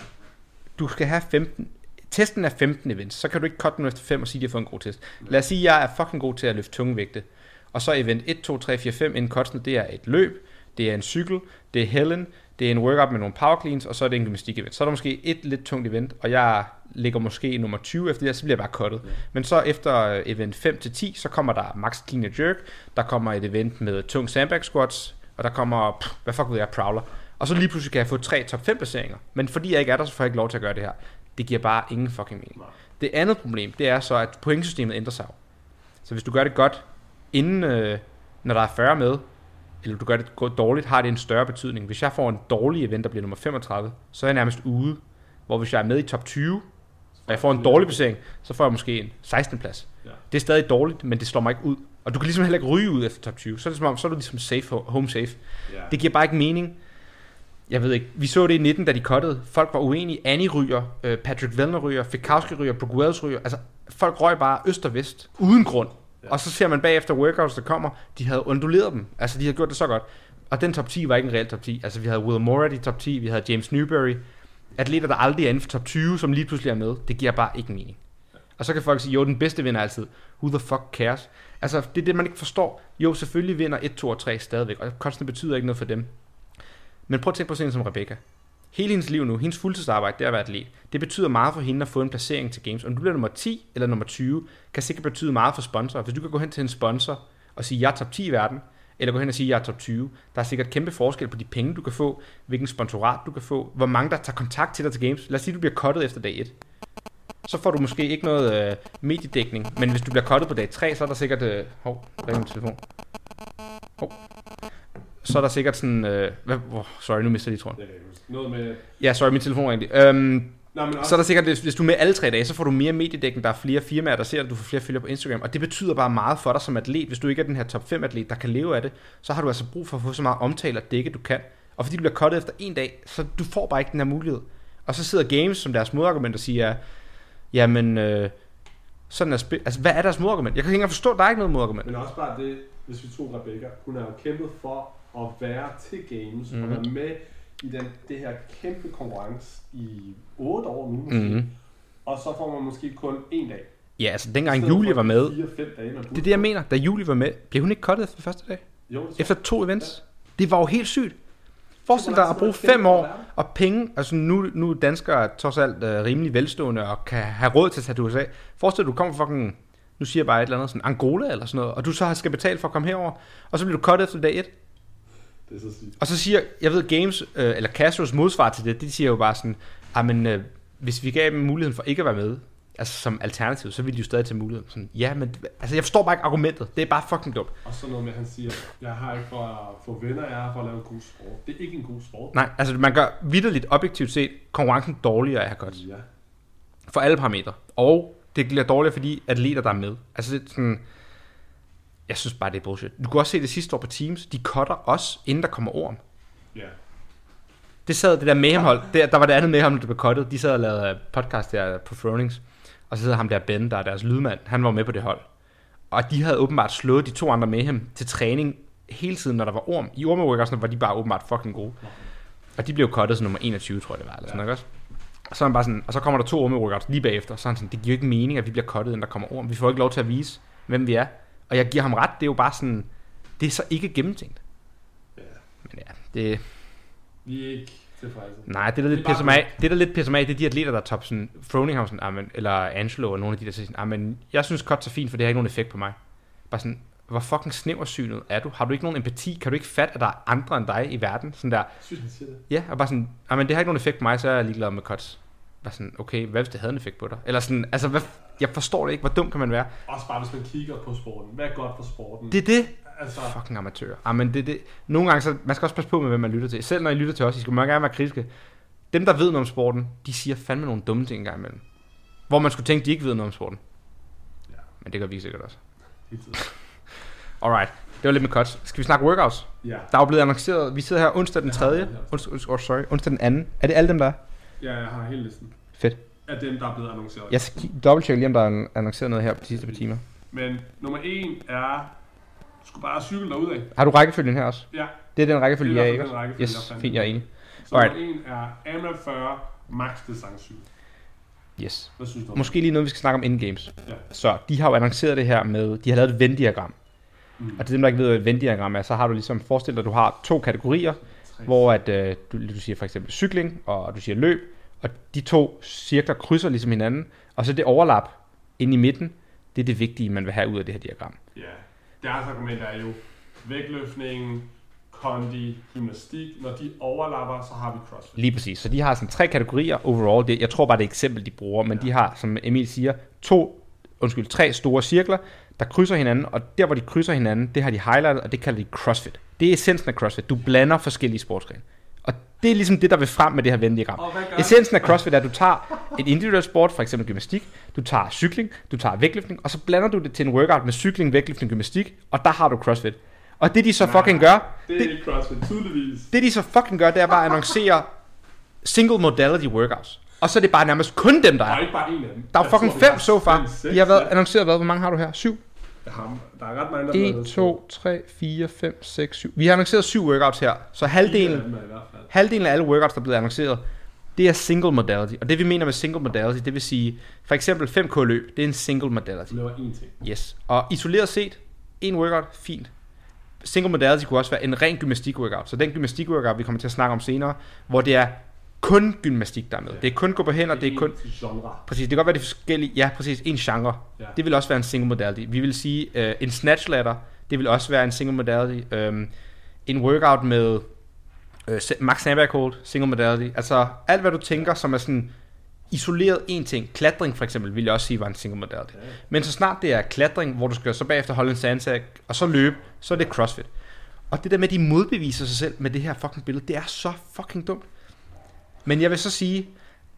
du skal have 15... Testen er 15 events, så kan du ikke cutte den efter 5 og sige, at de har fået en god test. Lad os sige, at jeg er fucking god til at løfte tunge vægte. Og så event 1, 2, 3, 4, 5 inden cutsene, det er et løb, det er en cykel, det er Helen, det er en workout med nogle power cleans, og så er det en gymnastik event. Så er der måske et lidt tungt event, og jeg ligger måske nummer 20 efter det, så bliver jeg bare cuttet. Men så efter event 5 til 10, så kommer der max clean and jerk, der kommer et event med tung sandbag squats, og der kommer, hvad fuck ved jeg, prowler. Og så lige pludselig kan jeg få 3 top 5 placeringer. Men fordi jeg ikke er der, så får jeg ikke lov til at gøre det her. Det giver bare ingen fucking mening. Det andet problem, det er så, at pointsystemet ændrer sig. Så hvis du gør det godt, inden når der er 40 med, eller du gør det dårligt, har det en større betydning. Hvis jeg får en dårlig event, der bliver nummer 35, så er jeg nærmest ude. Hvor hvis jeg er med i top 20, og jeg får en dårlig placering, så får jeg måske en 16. plads. Ja. Det er stadig dårligt, men det slår mig ikke ud. Og du kan ligesom heller ikke ryge ud efter top 20. Så er det som om, så er du ligesom safe, home safe. Ja. Det giver bare ikke mening. Jeg ved ikke, vi så det i 19, da de cuttede. Folk var uenige. Annie ryger, Patrick Vellner ryger, Fikowski ryger, Brooke Wells ryger. Altså, folk røg bare øst og vest, uden grund. Ja. Og så ser man bagefter workouts, der kommer, de havde unduleret dem. Altså, de havde gjort det så godt. Og den top 10 var ikke en reel top 10. Altså, vi havde Will Morat i top 10, vi havde James Newberry. Atleter, der aldrig er inden for top 20, som lige pludselig er med. Det giver bare ikke mening. Og så kan folk sige, jo, den bedste vinder altid. Who the fuck cares? Altså, det er det, man ikke forstår. Jo, selvfølgelig vinder 1, 2 og 3 stadigvæk, og kostene betyder ikke noget for dem. Men prøv at tænke på sådan en som Rebecca. Hele hendes liv nu, hendes fuldtidsarbejde, det er at være atlet. Det betyder meget for hende at få en placering til games. Om du bliver nummer 10 eller nummer 20, kan sikkert betyde meget for sponsorer. Hvis du kan gå hen til en sponsor og sige, jeg er top 10 i verden, eller gå hen og sige, jeg er top 20, der er sikkert kæmpe forskel på de penge, du kan få, hvilken sponsorat du kan få, hvor mange der tager kontakt til dig til games. Lad os sige, du bliver cuttet efter dag 1. Så får du måske ikke noget mediedækning, men hvis du bliver cuttet på dag 3, så er der sikkert... der er min telefon. Så er der sikkert sådan... sorry, nu mister jeg lige tråden. Noget med... Ja, sorry, min telefon egentlig. Så er der sikkert, hvis du er med alle 3 dage, så får du mere mediedækning, der er flere firmaer, der ser, at du får flere følgere på Instagram, og det betyder bare meget for dig som atlet. Hvis du ikke er den her top 5 atlet, der kan leve af det, så har du altså brug for at få så meget omtale og dække, du kan. Og fordi du bliver cuttet efter en dag, så du får bare ikke den her mulighed. Og så sidder Games som deres modargument og siger, jamen, sådan er spil. Altså, hvad er deres modargument? Jeg kan ikke engang forstå, at der er ikke noget modargument. Men også bare det, hvis vi tog Rebecca, hun har jo kæmpet for at være til Games, og være med i det her kæmpe konkurrence i 8 år nu, måske. Og så får man måske kun en dag. Ja, altså dengang Julie var med, 4-5 dage, det er det jeg mener, da Julie var med, blev hun ikke cuttet efter første dag? Jo, efter 2 events? Ja. Det var jo helt sygt. Forestil dig at bruge 5 år og penge, altså nu er danskere trods alt rimelig velstående og kan have råd til at tage til USA. Forestil dig, du kommer fucking, nu siger jeg bare et eller andet, sådan Angola eller sådan noget, og du så skal betale for at komme herover, og så bliver du cuttet efter dag 1. Det er så sygt. Og så siger, jeg ved Games, eller Castros modsvar til det, de siger jo bare sådan, hvis vi gav dem muligheden for ikke at være med, altså som alternativ, så ville de jo stadig tage muligheden. Sådan, ja, men altså jeg forstår bare ikke argumentet. Det er bare fucking dumt. Og så noget med, han siger, jeg har ikke for at få venner, jeg har for at lave en god sport. Det er ikke en god sport. Nej, altså man gør vitterligt objektivt set konkurrencen dårligere af at have godt. Ja. For alle parametre. Og det bliver dårligere for de atleter, der er med. Altså det er sådan, Jeg synes bare, det er bullshit. Du kunne også se det sidste år på Teams. De cutter os, inden der kommer orm. Ja. Det sad det der Mayhem-hold. Der var det andet Mayhem, der blev cuttet. De sad og lavede podcast der på Thronings. Og så sidder ham der Ben, der er deres lydmand. Han var med på det hold. Og de havde åbenbart slået de 2 andre Mayhem til træning hele tiden, når der var orm. I ormeworkersne var de bare åbenbart fucking gode. Og de blev cuttet som nummer 21, tror jeg det var. Eller sådan noget, også. Og så, bare sådan, og så kommer der 2 ormeworkers lige bagefter. Så sådan, det giver jo ikke mening, at vi bliver cuttet, inden der kommer orm. Vi får ikke lov til at vise, hvem vi er. Og jeg giver ham ret. Det er jo bare sådan, det er så ikke gennemtænkt. Ja. Men ja, det... Vi er ikke tilfredse. Nej, det der lidt pisser mig af, det er de atleter, der er top sådan Froninghausen, eller Angelo, og nogle af de der siger sådan, jeg synes cuts er fint, for det har ikke nogen effekt på mig. Bare sådan, hvor fucking snæversynet er du? Har du ikke nogen empati? Kan du ikke fatte, at der er andre end dig i verden? Sådan der. Jeg synes, han siger det. Ja, og bare sådan, det har ikke nogen effekt på mig, så er jeg ligeglad med cuts. Bare sådan, okay, hvad hvis det havde en effekt på dig? Eller sådan, altså, jeg forstår det ikke, hvor dum kan man være? Også bare, hvis man kigger på sporten. Hvad er godt for sporten? Det er det. Altså... Fucking amatør. Men det. Nogle gange, så man skal også passe på med, hvem man lytter til. Selv når I lytter til os, I skal meget gerne være kritiske. Dem, der ved noget om sporten, de siger fandme nogle dumme ting engang imellem. Hvor man skulle tænke, de ikke ved noget om sporten. Ja. Men det gør vi sikkert også. Helt Alright, det var lidt med cuts. Skal vi snakke workouts? Ja. Der er jo blevet annonceret, vi sidder her onsdag den 3. Onsdag den 2. Er det alle dem, der er? Ja, jeg har hele listen. Fedt. Af dem, der er blevet annonceret. Jeg skal dobbelttjekke lige, om der er annonceret noget her på de sidste par timer. Men nummer 1 er... Du skal bare cykle derudad. Har du rækkefølgen her også? Ja. Det er den rækkefølge, jeg er, ikke? Yes, fint, jeg er enig. Så nummer 1 er AMRAP 40 max distancecykel. Yes. Hvad synes du? Måske lige noget, vi skal snakke om in-games. Ja. Så de har jo annonceret det her med, de har lavet et Venn-diagram. Og til dem, der ikke ved, hvad et Venn-diagram er, så har du ligesom forestillet dig, at du har 2 kategorier, hvor at, du siger for eksempel cykling, og du siger løb, og de 2 cirkler krydser ligesom hinanden, og så det overlap inde i midten, det er det vigtige, man vil have ud af det her diagram. Ja, deres argument er jo vægtløftning, kondi, gymnastik. Når de overlapper, så har vi CrossFit. Lige præcis. Så de har sådan 3 kategorier overall. Jeg tror bare, det er et eksempel, de bruger, men de har, som Emil siger, 3 store cirkler, der krydser hinanden, og der, hvor de krydser hinanden, det har de highlightet, og det kalder de CrossFit. Det er essensen af CrossFit. Du blander forskellige sportsgrene. Og det er ligesom det, der vil frem med det her Venn-diagram. Essensen af CrossFit er, at du tager et individuelt sport, for eksempel gymnastik, du tager cykling, du tager vægtløftning, og så blander du det til en workout med cykling, vægtløftning, gymnastik, og der har du CrossFit. Og det de så fucking gør, det er ikke CrossFit, tydeligvis. Det de så fucking gør, det er bare at annoncere single modality workouts. Og så er det bare nærmest kun dem, der er. Der er ikke bare en af dem. Der er fucking 5 so far. De har været annonceret, hvor mange har du her? 7? Der er ret mange, der 1, 2, 3, 4, 5, 6, 7. Vi har annonceret 7 workouts her. Så halvdelen af alle workouts, der er blevet annonceret, det er single modality. Og det vi mener med single modality, det vil sige, for eksempel 5K løb, det er en single modality. Du laver én ting. Yes. Og isoleret set, en workout, fint. Single modality kunne også være en ren gymnastik-workout. Så den gymnastik-workout, vi kommer til at snakke om senere, hvor det er kun gymnastik, der er med. Det er kun gå på hænder, det er kun... genre. Præcis, det kan godt være de forskellige... Ja, præcis, en genre. Ja. Det vil også være en single modality. Vi vil sige, en snatch ladder, det vil også være en single modality. En workout med max snapback hold, single modality. Altså, alt hvad du tænker, som er sådan isoleret en ting. Klatring for eksempel, vil jeg også sige, var en single modality. Okay. Men så snart det er klatring, hvor du skal så bagefter holde en sandsack, og så løbe, så er det CrossFit. Og det der med, at de modbeviser sig selv med det her fucking billede, det er så fucking dumt. Men jeg vil så sige,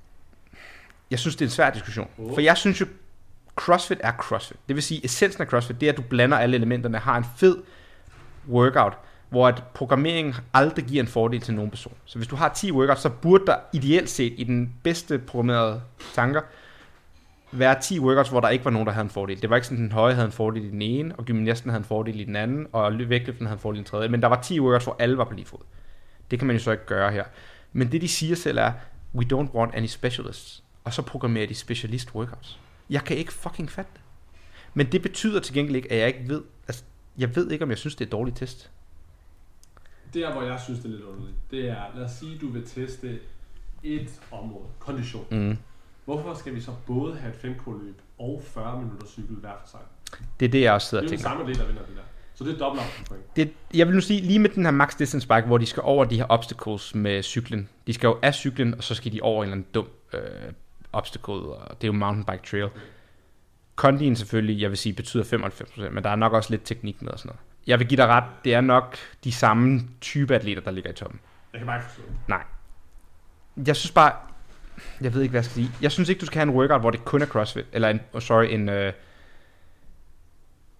jeg synes, det er en svær diskussion. For jeg synes jo, CrossFit er CrossFit. Det vil sige, essensen af CrossFit, det er, at du blander alle elementerne, har en fed workout, hvor at programmeringen aldrig giver en fordel til nogen person. Så hvis du har 10 workouts, så burde der ideelt set i den bedste programmerede tanker være 10 workouts, hvor der ikke var nogen, der havde en fordel. Det var ikke sådan, at den høje havde en fordel i den ene, og gymnasten havde en fordel i den anden, og vægtløften havde en fordel i den tredje. Men der var 10 workouts, hvor alle var på lige fod. Det kan man jo så ikke gøre her. Men det de siger selv er, we don't want any specialists. Og så programmerer de specialist workouts. Jeg kan ikke fucking fatte det. Men det betyder til gengæld ikke, at jeg ikke ved, altså, jeg ved ikke, om jeg synes, det er et dårligt test. Der, hvor jeg synes, det er lidt underligt, det er, lad os sige, du vil teste et område, kondition. Mm. Hvorfor skal vi så både have et 5K-løb og 40 minutter cykel hver for sig? Det er det, jeg også sidder og tænker. Det er jo samme del, der vinder det der. Så det er dobbelt point. Jeg vil nu sige, lige med den her max distance bike, hvor de skal over de her obstacles med cyklen. De skal jo af cyklen, og så skal de over en eller anden dum obstacle, og det er jo mountain bike trail. Okay. Kondien selvfølgelig, jeg vil sige, betyder 95%, men der er nok også lidt teknik med og sådan noget. Jeg vil give dig ret, det er nok de samme type atleter, der ligger i toppen. Jeg kan bare ikke forstå det. Nej. Jeg synes bare, jeg ved ikke, hvad jeg skal sige. Jeg synes ikke, du skal have en workout, hvor det kun er CrossFit, eller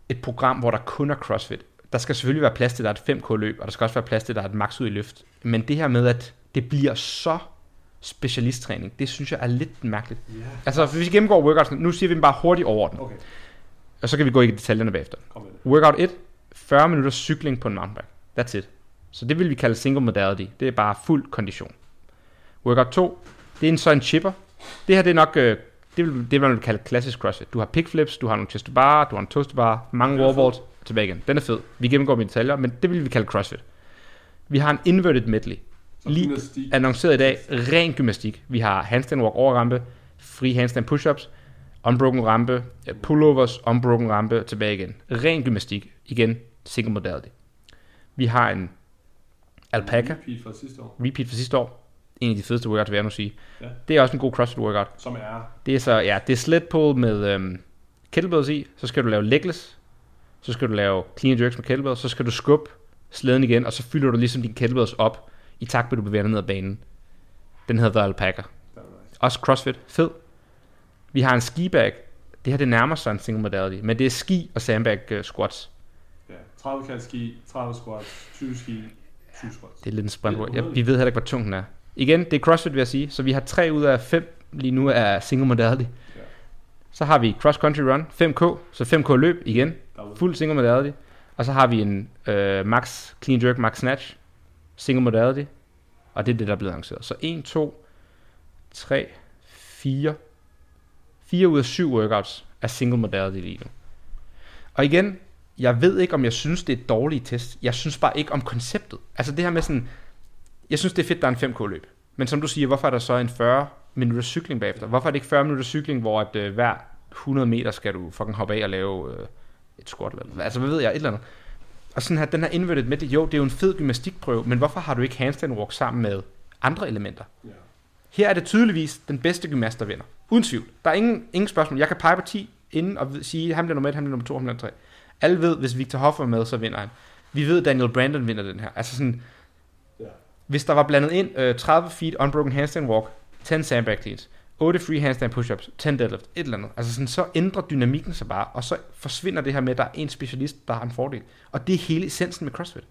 et program, hvor der kun er CrossFit. Der skal selvfølgelig være plads til, at der er et 5K-løb, og der skal også være plads til, at der er et max ud i løft. Men det her med, at det bliver så specialisttræning, det synes jeg er lidt mærkeligt. Yeah. Altså, hvis vi gennemgår workouts, nu siger vi dem bare hurtigt overordnet. Okay. Og så kan vi gå i detaljerne bagefter. Workout 1, 40 minutter cykling på en mountainbike. That's it. Så det vil vi kalde single modality. Det er bare fuld kondition. Workout 2, det er så en chipper. Det her det er nok det man vil kalde klassisk CrossFit. Du har pick flips, du har nogle chest to bar, du har en toast to bar, mange wallballs, tilbage igen. Den er fed. Vi gennemgår med detaljer, men det vil vi kalde CrossFit. Vi har en inverted medley. Lige annonceret i dag, ren gymnastik. Vi har handstand walk over rampe, free handstand push-ups, unbroken rampe, pullovers, unbroken rampe, tilbage igen. Ren gymnastik. Igen, single modality. Vi har en alpaca. Repeat fra sidste år. En af de fedeste workouts, vil jeg nu sige. Ja. Det er også en god CrossFit workout. Som er? Det er så, ja, det er sled pull med kettlebells i. Så skal du lave legless. Så skal du lave clean jerks med kettlebells. Så skal du skubbe slæden igen, og så fylder du ligesom dine kettlebells op, i takt med, at du bevæger dig ned ad banen. Den hedder The Alpaca. Nice. Også CrossFit. Fed. Vi har en ski bag. Det her det nærmer sig en single modality, men det er ski og sandbag squats. Ja, 30 kald ski, 30 squats, 20 ski, 20 squats. Det er lidt en sprint. Vi ved heller ikke, hvor tung den er. Igen, det er CrossFit, vil jeg sige. Så vi har 3 ud af 5 lige nu af single modality. Ja. Så har vi cross country run, 5K, så 5K løb igen. Fuld single modality. Og så har vi en max clean jerk, max snatch, single modality. Og det er det, der er blevet arrangeret. Så 1, 2, 3, 4 ud af 7 workouts er single modality lige nu. Og igen, jeg ved ikke, om jeg synes, det er et dårligt test. Jeg synes bare ikke om konceptet. Altså det her med sådan, jeg synes, det er fedt, der er en 5K løb. Men som du siger, hvorfor er der så en 40 minutter cykling bagefter? Hvorfor er det ikke 40 minutter cykling, hvor at, hver 100 meter skal du fucking hoppe af og lave et squat? Eller, altså hvad ved jeg, et eller andet. Og sådan her, den her inverted medley, jo, det er jo en fed gymnastikprøve, men hvorfor har du ikke handstand walk sammen med andre elementer? Yeah. Her er det tydeligvis den bedste gymnast, der vinder. Uden tvivl. Der er ingen spørgsmål. Jeg kan pege på 10 inden og sige, han bliver nummer 1, han bliver nummer 2, han bliver nummer 3. Alle ved, hvis Victor Hoff er med, så vinder han. Vi ved, Daniel Brandon vinder den her. Altså sådan, yeah. Hvis der var blandet ind 30 feet unbroken handstand walk, 10 sandbag cleans, 8 free handstand push-ups, 10 deadlift, et eller andet. Altså sådan, så ændrer dynamikken sig bare, og så forsvinder det her med, at der er en specialist, der har en fordel. Og det er hele essensen med CrossFit.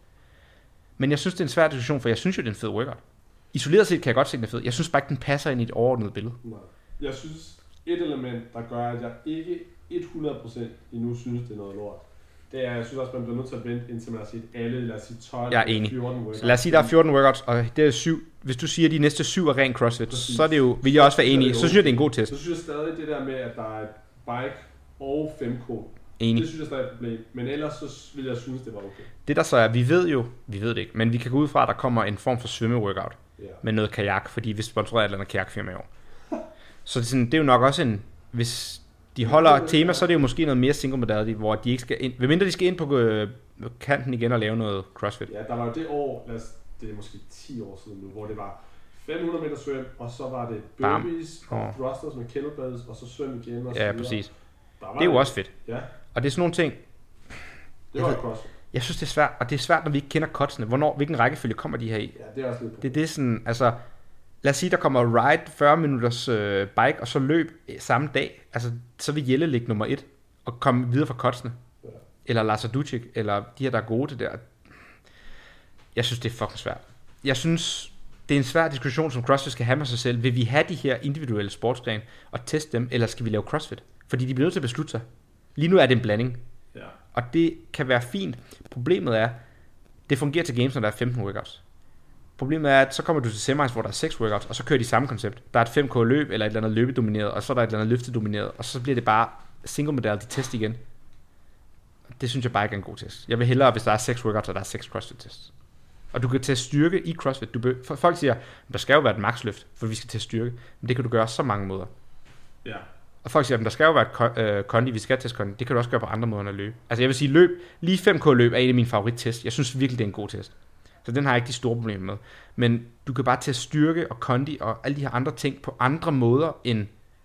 Men jeg synes, det er en svær diskussion, for jeg synes jo, det er en fed workout. Isoleret set kan jeg godt se, den er fed. Jeg synes bare ikke, den passer ind i et overordnet billede. Nej. Jeg synes, et element, der gør, at jeg ikke 100% endnu synes, det er noget lort, det er, jeg synes også, man bliver nødt til at vente, indtil man har set alle, lad os sige 12 eller 14 workouts. Lad os sige, der er 14 workouts, og det er 7. Hvis du siger, at de næste 7 er ren CrossFit, så er det jo, vil jeg også være enig i. Så synes jeg, det er en god test. Så synes jeg stadig det der med, at der er et bike og 5K. Enig. Det synes jeg stadig er et problem. Men ellers så vil jeg synes, det var okay. Det der så er, vi ved det ikke, men vi kan gå ud fra, at der kommer en form for svømme-workout med noget kajak, fordi vi sponsorerer et eller andet kajakfirma i år. Så det er jo nok også en, hvis de holder tema, så er det jo måske noget mere single modality, hvor de ikke skal ind, medmindre de skal ind på kanten igen og lave noget CrossFit. Ja, der var jo det år, det er måske 10 år siden nu, hvor det var 500 meter svøm, og så var det burpees og thrusters med kettlebells, og så svøm igen og så ja, præcis. Det er jo også fedt. Ja. Og det er sådan nogle ting. Det var CrossFit. Jeg synes, det er svært, og det er svært, når vi ikke kender cutsene. Hvilken rækkefølge kommer de her i? Ja, det er også lidt. Det er sådan, altså, lad os sige, der kommer ride 40 minutters bike, og så løb samme dag. Altså, så vil Jelle ligge nummer 1, og komme videre fra cutsene. Ja. Eller Lars Ducik, eller de her, der er gode til det der. Jeg synes, det er fucking svært. Jeg synes, det er en svær diskussion, som CrossFit skal have med sig selv. Vil vi have de her individuelle sportsgrene og teste dem, eller skal vi lave CrossFit? Fordi de bliver nødt til at beslutte sig. Lige nu er det en blanding. Ja. Og det kan være fint. Problemet er, det fungerer til games, når der er 15 workouts. Problemet er, at så kommer du til semis, hvor der er 6 workouts, og så kører de samme koncept. Der er et 5K løb, eller et eller andet løbedomineret, og så er der et eller andet løftedomineret, og så bliver det bare single modality test igen. Det synes jeg bare ikke er en god test. Jeg vil hellere, hvis der er 6 workouts, og der er 6 CrossFit tests. Og du kan tage styrke i CrossFit. Folk siger, der skal jo være et maxløft, for vi skal tage styrke. Men det kan du gøre så mange måder. Ja. Og folk siger, der skal jo være et kondi, vi skal teste kondi. Det kan du også gøre på andre måder end at løbe. Altså jeg vil sige, lige 5K løb er en af mine favorittest. Jeg synes virkelig, det er en god test. Så den har jeg ikke de store problemer med. Men du kan bare teste styrke og kondi og alle de her andre ting på andre måder end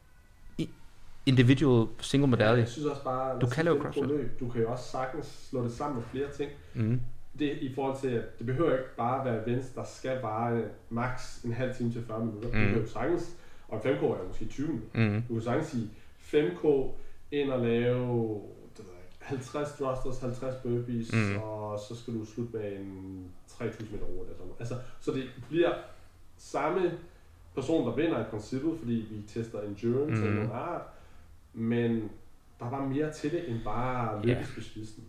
individual single modality. Ja, jeg synes også bare, du kan lave CrossFit. Du kan jo også sagtens slå det sammen med flere ting. Mm. Det i forhold til, at det behøver ikke bare være events, der skal vare max en halv time til 40 minutter. Du kan jo sagtens, og 5K er måske 20 minutter. Du kan sagtens sige 5K ind og lave 50 thrusters, 50 burpees, og så skal du slutte med en 3000 meter over eller sådan noget. Altså, så det bliver samme person, der vinder i princippet, fordi vi tester endurance eller noget art, men der er bare mere til det, end bare lykkespecialisten.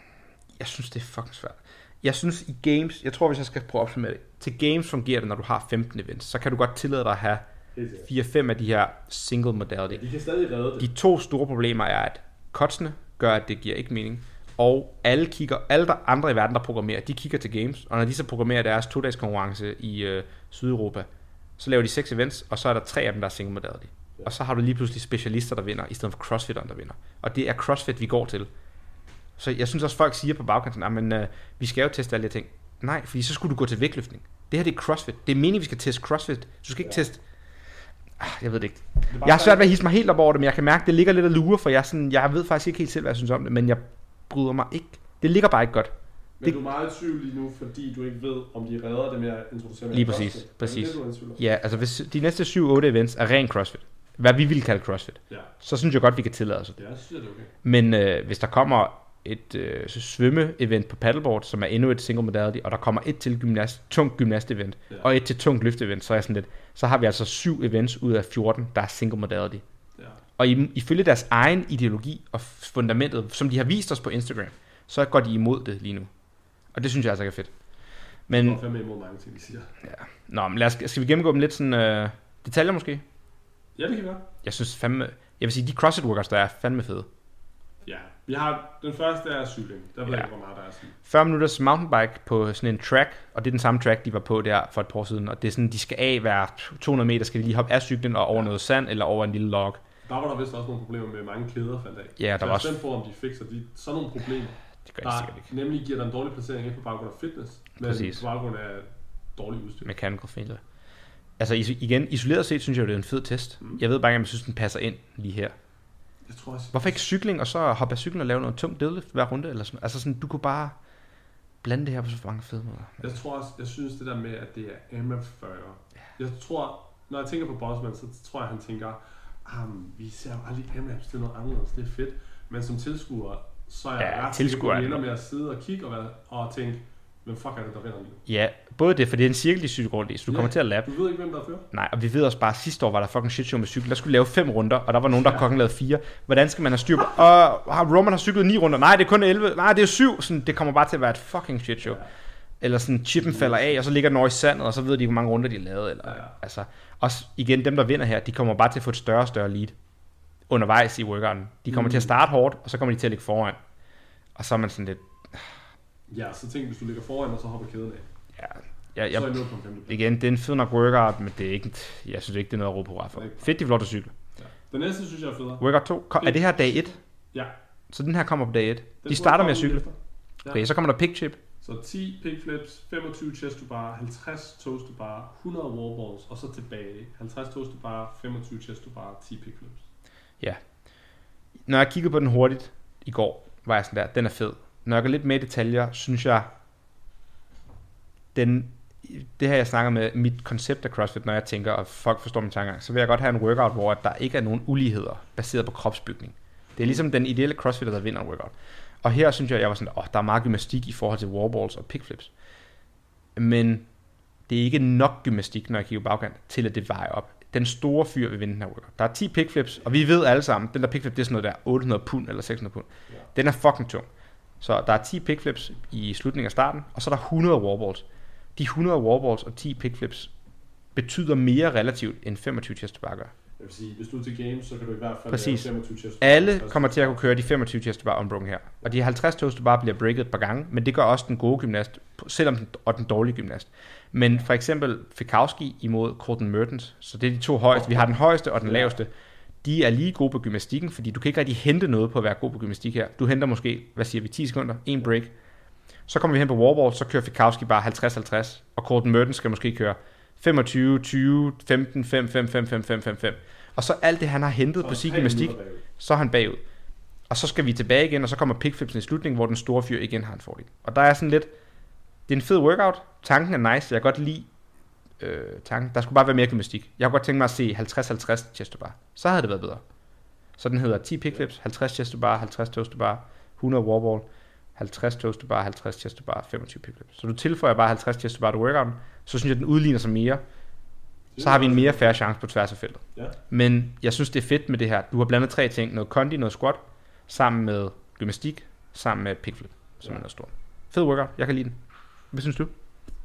Jeg synes, det er fucking svært. Jeg synes i games, jeg tror, hvis jeg skal prøve at opsummere det, til games fungerer det, når du har 15 events, så kan du godt tillade dig at have 4-5 af de her single modality. Ja, de kan stadig redde det. De 2 store problemer er, at cutsene gør, at det giver ikke mening, og alle der andre i verden, der programmerer, de kigger til games, og når de så programmerer deres 2-dages konkurrence i Sydeuropa, så laver de 6 events, og så er der 3 af dem, der er single modality. Ja. Og så har du lige pludselig specialister, der vinder, i stedet for crossfitteren, der vinder. Og det er CrossFit, vi går til. Så jeg synes også, folk siger på bagkanten, men vi skal jo teste alle de ting. Nej, fordi så skulle du gå til vægtløftning. Det her, det er CrossFit. Det er meningen, vi skal teste CrossFit. Du skal ikke teste... Jeg ved det ikke. Jeg har svært ved at hisse mig helt op over det, men jeg kan mærke, det ligger lidt af lure, for jeg ved faktisk ikke helt selv, hvad jeg synes om det, men jeg bryder mig ikke. Det ligger bare ikke godt. Men du er meget i tvivl lige nu, fordi du ikke ved, om de redder det med at introducere mere lige præcis. Ja, altså hvis de næste 7-8 events er ren CrossFit, hvad vi vil kalde CrossFit, så synes jeg godt, vi kan tillade os. Ja, så synes jeg, det er Men okay. hvis der kommer et svømme-event på paddleboard, som er endnu et single modality, og der kommer et til tungt gymnast-event, og et til tungt løft-event, så er sådan lidt, så har vi altså 7 events ud af 14, der er single modality. Ja. Og ifølge deres egen ideologi og fundamentet, som de har vist os på Instagram, så går de imod det lige nu. Og det synes jeg altså ikke er fedt. Men det er fandme imod mange ting, de siger. Ja. Nå, men skal vi gennemgå dem lidt sådan detaljer måske? Ja, det kan vi gøre. Jeg synes fandme, jeg vil sige, de CrossFit workouts, der er fandme fede. Ja, vi har, den første er cykling. Der ved jeg ikke, hvor meget der er sådan. 40 minutters mountainbike på sådan en track, og det er den samme track, de var på der for et par år siden, og det er sådan, de skal af hver 200 meter, skal de lige hoppe af cyklen og over noget sand, eller over en lille log. Der var der vist også nogle problemer med mange kæder faldt af. Ja, der var også... Jeg er spændt på, om de fikser sådan nogle problemer. Det gør de sikkert ikke. Nemlig giver dig en dårlig placering ikke på baggrund af fitness, men på baggrund af dårlig udstyr. Mechanical failure. Altså igen, isoleret set synes jeg, det er en fed test. Jeg ved bare ikke, om jeg synes, den passer ind lige her. Jeg tror også... Hvorfor ikke cykling, og så hoppe af cyklen og lave noget tungt deadlift hver runde? Eller sådan? Altså sådan, du kunne bare blande det her på så mange fede måder. Jeg tror også, jeg synes det der med, at det er MF40. Jeg tror, når jeg tænker på Bossman, så tror jeg, han tænker, vi ser jo aldrig MFs til noget anderledes, det er fedt. Men som tilskuer, så er jeg ret sikker på, at ender med at sidde og kigge og tænke, hvem fuck er det, der vinder lige? Ja, både det, for det er en cirkel, de cykelrunde i, så du kommer til at lappe. Du ved ikke, hvem der er før? Nej, og vi ved også bare, sidste år var der fucking shit show med cykel. Der skulle lave 5 runder, og der var nogen, der fucking lavede 4. Hvordan skal man have styr på? Roman har cyklet 9 runder. Nej, det er kun 11. Nej, det er 7. Sådan, det kommer bare til at være et fucking shit show. Eller sådan, chippen falder af, og så ligger den over i sandet, og så ved de, hvor mange runder de har lavet. Eller, altså, også igen, dem der vinder her, de kommer bare til at få et større og større lead undervejs i workouten. De kommer til at starte hårdt, og så kommer de til at ligge foran. Og så er man sådan lidt... Ja, så tænk, hvis du ligger foran, og så hopper kæden af. Ja, så igen, det er en fed nok workout, men det er ikke, jeg synes ikke, det er noget at råbe hurra for. Fedt, de får lov til at cykle. Ja. Den næste synes jeg er federe. Workout 2. Er det her dag 1? Ja. Så den her kommer på dag 1. De starter med at cykle. Ja. Okay, så kommer der pick chip. Så 10 pick flips, 25 chest to bar, 50 toes to bar, 100 wall balls, og så tilbage. 50 toes to bar, 25 chest to bar, 10 pick flips. Ja. Når jeg kiggede på den hurtigt i går, var jeg sådan der, den er fed. Når jeg går lidt mere i detaljer, synes jeg, det her jeg snakker med mit koncept af CrossFit, når jeg tænker, og folk forstår min tanker, så vil jeg godt have en workout, hvor der ikke er nogen uligheder baseret på kropsbygning. Det er ligesom den ideelle CrossFitter, der vinder en workout. Og her synes jeg var sådan, der er meget gymnastik i forhold til wallballs og pickflips. Men det er ikke nok gymnastik, når jeg kigger bagkant, til at det vejer op. Den store fyr vil vinde den her workout. Der er 10 pickflips, og vi ved alle sammen, den der pickflip, det er sådan noget der 800 pund eller 600 pund. Den er fucking tung. Så der er 10 pickflips i slutningen af starten, og så er der 100 wallballs. De 100 wallballs og 10 pickflips betyder mere relativt end 25 chest to bar gør. Jeg vil sige, hvis du er til games, så kan du i hvert fald præcis. lave 25 chest to bar. Alle kommer til at kunne køre de 25 chest to bar unbroken her. Og de 50 toes to bar bliver breaket et par gange, men det gør også den gode gymnast, selvom den dårlige gymnast. Men for eksempel Fikowski imod Colton Mertens, så det er de 2 højeste. Vi har den højeste og den laveste. De er lige gode på gymnastikken, fordi du kan ikke rigtig hente noget på at være god på gymnastik her. Du henter måske, 10 sekunder, en break. Så kommer vi hen på wallball, så kører Fikowski bare 50-50, og Colton Mertens skal måske køre 25, 20, 15, 5, 5, 5, 5, 5, 5, 5. Og så alt det, han har hentet på sin gymnastik, så er han bagud. Og så skal vi tilbage igen, og så kommer pickflipsen i slutningen, hvor den store fyr igen har en fordel. Og der er sådan lidt, det er en fed workout, tanken er nice, jeg kan godt lide tanken. Der skulle bare være mere gymnastik. Jeg kunne godt tænke mig at se 50-50 chest to bar. Så havde det været bedre. Så den hedder 10 pickflips, 50 chest to bar, 50 toes to bar, 100 wall, 50 toes to bar, 50 chest to bar, 25 pick-flips. Så du tilføjer bare 50 chest to bar til workouten, så synes jeg, den udligner sig mere. Så har vi en mere fair chance på tværs af feltet. Ja. Men jeg synes, det er fedt med det her. Du har blandet 3 ting. Noget kondi, noget squat, sammen med gymnastik, sammen med pickflip, som er noget stort. Fed workout. Jeg kan lide den. Hvad synes du?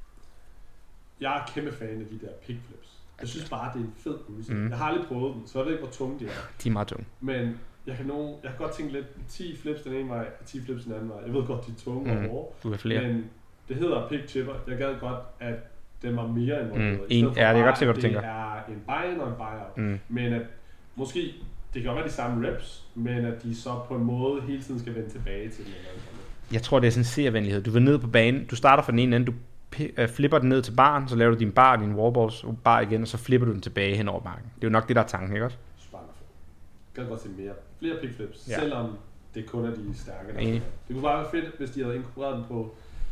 Jeg er kæmpe fan af de der pickflips. Jeg synes bare, det er en fed øvelse. Jeg har aldrig prøvet den, så jeg ved ikke, hvor tunge de er. De er meget tunge. Men jeg kan godt tænke lidt 10 flips den ene vej, og 10 flips den anden vej. Jeg ved godt, de er tunge og hårde. Du har flere. Men det hedder pick chipper. Jeg gad godt, at den var mere involveret. Ja, det er godt til, hvad du tænker. Det er en buy-in og en buy-out. Men at måske, det kan godt være de samme reps, men at de så på en måde hele tiden skal vende tilbage til den. Jeg tror, det er sådan en seervenlighed. Du vil ned på banen, du starter fra den ene ende, du flipper den ned til baren, så laver du din bar, din wallballs, bar igen, og så flipper du den tilbage hen over marken. Det er jo nok det, der er tanken, ikke også? Jeg kan godt se flere pickflips, selvom det kun er de stærke. Enig. Det kunne bare være fedt, hvis de havde inkorporeret den på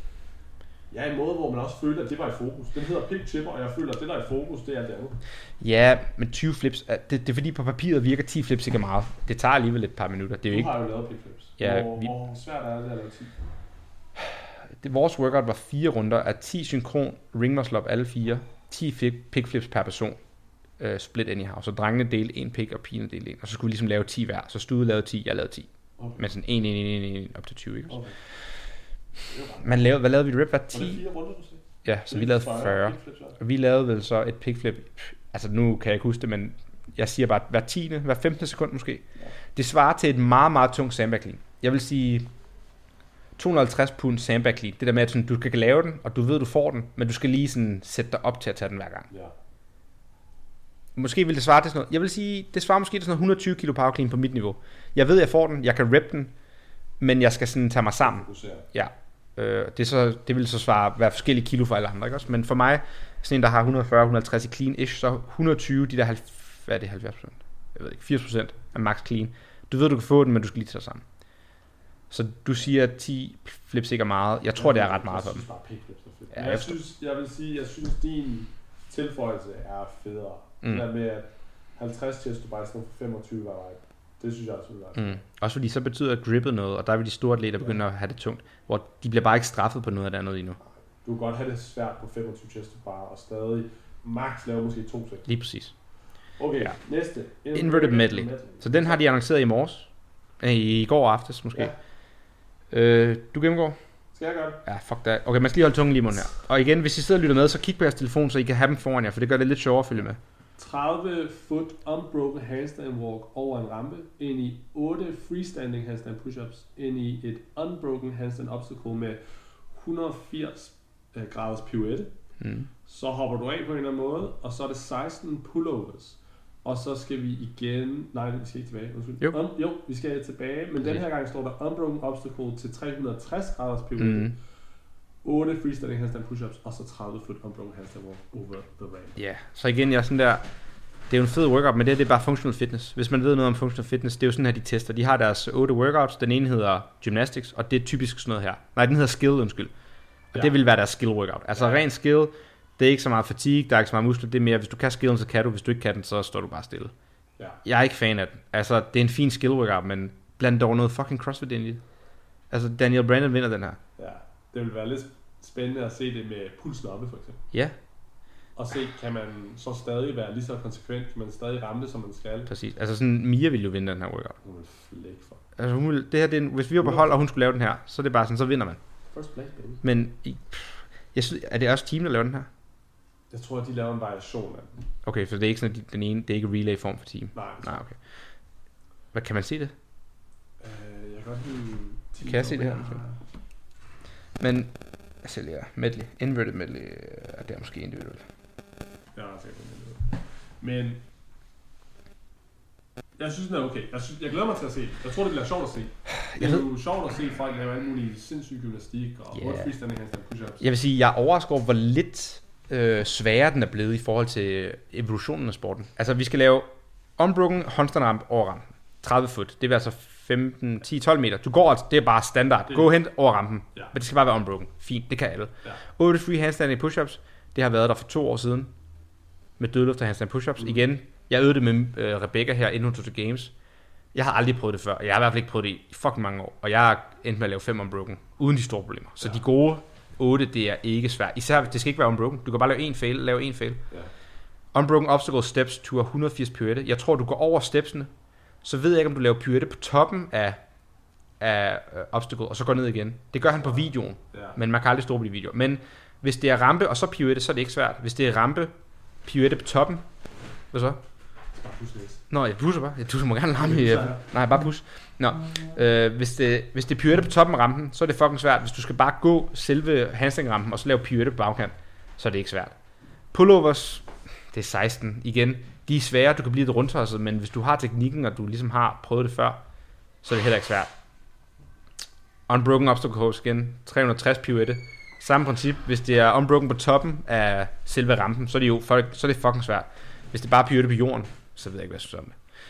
en måde, hvor man også følte, at det var i fokus. Den hedder pick chipper, og jeg føler, at det der er i fokus, det er alt det andet. Ja, men 20 flips, det er fordi på papiret virker 10 flips ikke meget. Det tager alligevel et par minutter. Det er jo ikke... Du har jo lavet pickflips. Ja, hvor svært er det at lave 10? Vores workout var 4 runder af 10 synkron ring muscle up alle 4, 10 pickflips per person, split anyhow. Så drengene delte 1 pick, og pigerne delte 1. Og så skulle vi ligesom lave 10 hver. Så Stude lavede 10, jeg lavede 10. Okay. Men sådan 1 op til 20, ikke? Okay. Hvad lavede vi rep? Var 10? Var det 4 runder, du sagde? Ja, så vi lavede 40. Og vi lavede vel så et pickflip. Altså nu kan jeg ikke huske det, men jeg siger bare hver 10. hver 15. sekund måske. Ja. Det svarer til et meget, meget tungt sandbag clean. Jeg vil sige 250 pund sandbag clean. Det der med, at sådan, du kan lave den, og du ved, du får den, men du skal lige sådan sætte dig op til at tage den hver gang. Ja. Måske vil det svare til sådan noget. Jeg vil sige, det svarer måske til sådan noget 120 kilo power clean på mit niveau. Jeg ved, jeg får den, jeg kan rep den, men jeg skal sådan tage mig sammen. Ja. Det vil så være forskellige kilo for alle andre, ikke også? Men for mig, sådan en, der har 140-150 i clean-ish, så 120, de der 70%? Jeg ved ikke, 80% er max clean. Du ved, du kan få den, men du skal lige tage sammen. Så du siger, at 10 flips ikke er meget. Jeg tror, det er ret meget for dem. Ja, jeg vil sige, jeg synes, din tilføjelse er federe. Det der med, at 50 chest du bare i stedet for 25 hver vej. Det synes jeg også vil være. Også fordi så betyder grippet noget, og der vil de store atleter begynde at have det tungt, hvor de bliver bare ikke straffet på noget af det andet endnu. Du kan godt have det svært på 25 chest to bar, og stadig max lave måske 2 sæt. Lige præcis. Okay, næste. Inverted medley. Så den har de annonceret i morges. I går aftes måske. Ja. Du gennemgår? Skal jeg gøre det? Ja, fuck that. Okay, man skal lige holde tungen lige i munden her. Og igen, hvis I sidder og lytter med, så kig på jeres telefon, så I kan have dem foran jer, for det gør det lidt sjovere at følge med. 30 foot unbroken handstand walk over en rampe, ind i 8 freestanding handstand push-ups, ind i et unbroken handstand obstacle med 180 graders pirouette. Så hopper du af på en eller anden måde, og så er det 16 pullovers. Og så skal vi igen... Nej, vi skal ikke tilbage. Jo, vi skal tilbage, men den her gang står der unbroken obstacle til 360 graders pirouette. 8 freestanding handstand push-ups, og så 30 foot unbroken handstand walk over the ramp. Ja, så igen, jeg er sådan der... Det er jo en fed workout, men det er bare functional fitness. Hvis man ved noget om functional fitness, det er jo sådan her, de tester. De har deres 8 workouts. Den ene hedder gymnastics, og det er typisk sådan noget her. Nej, den hedder skill, undskyld. Og det vil være deres skill workout. Altså ren skill, det er ikke så meget fatigue, der er ikke så meget muskler. Det er mere, hvis du kan skillen, så kan du. Hvis du ikke kan den, så står du bare stille. Ja. Jeg er ikke fan af den. Altså, det er en fin skill workout, men blandt dog noget fucking CrossFit ind i det. Altså, Daniel Brandon vinder den her. Ja, det vil være lidt spændende at se det med pulsen oppe, for eksempel. Ja. Og se, kan man så stadig være lige så konsekvent, kan man stadig ramme det, som man skal. Præcis. Altså sådan, Mia ville jo vinde den her workout. Hun vil flække for. Altså, det her, hvis vi var på hold, og hun skulle lave den her, så er det bare sådan, så vinder man. First place, baby. Men, jeg synes, er det også team, der laver den her? Jeg tror, at de laver en variation af den. Okay, så det er ikke sådan, den ene, det er ikke relay-form for team? Nej, okay. Hvad kan man se det? Jeg kan godt lide... Kan jeg se det her? Men, jeg ser lige her. Medley. Inverted medley. Det er måske individuelt. Ja, det er men jeg synes, den er okay. Jeg glæder mig til at se. Jeg tror, det bliver sjovt at se. Det er jo sjovt at se folk lave alle mulige sindssyge gymnastik og freestanding handstand push-ups. Jeg vil sige, jeg er overrasket over, hvor lidt sværere den er blevet i forhold til evolutionen af sporten. Altså, vi skal lave unbroken håndstand ramp over rampen. 30 foot. Det vil altså 15, 10, 12 meter. Du går altså, det er bare standard. Gå hen over rampen. Ja. Men det skal bare være unbroken. Fint, det kan alle. Ja. 8 free handstand push-ups. Det har været der for 2 år siden. Med dødløft og handstand push-ups. Igen, jeg øvede det med Rebecca her, inden hun tog til Games. Jeg har aldrig prøvet det før. Jeg har i hvert fald ikke prøvet det i fucking mange år. Og jeg er endt med at lave 5 unbroken, uden de store problemer. Så de gode 8, det er ikke svært. Især, det skal ikke være unbroken. Du kan bare lave en fail. Ja. Unbroken obstacle steps, tur 180 pirouette. Jeg tror, du går over stepsene, så ved jeg ikke, om du laver pirouette på toppen af obstacle, og så går ned igen. Det gør han på videoen, men man kan aldrig stå på de videoer. Men hvis det er rampe, og så pirouette, så er det ikke svært. Hvis det er rampe, pirouette på toppen, hvad så? Nå, jeg pusher bare. Du må gerne larme. Nej, bare push. Nå, hvis det er pirouette på toppen af rampen, så er det fucking svært. Hvis du skal bare gå selve handstang-rampen, og så lave pirouette på bagkant, så er det ikke svært. Pullovers, det er 16. Igen, de er svære, du kan blive lidt rundtosset, men hvis du har teknikken, og du ligesom har prøvet det før, så er det heller ikke svært. Unbroken obstacle course igen, 360 pirouette. Samme princip, hvis det er unbroken på toppen af selve rampen, så er det fucking svært. Hvis det bare er pirouette på jorden, så ved jeg ikke, hvad jeg synes om det.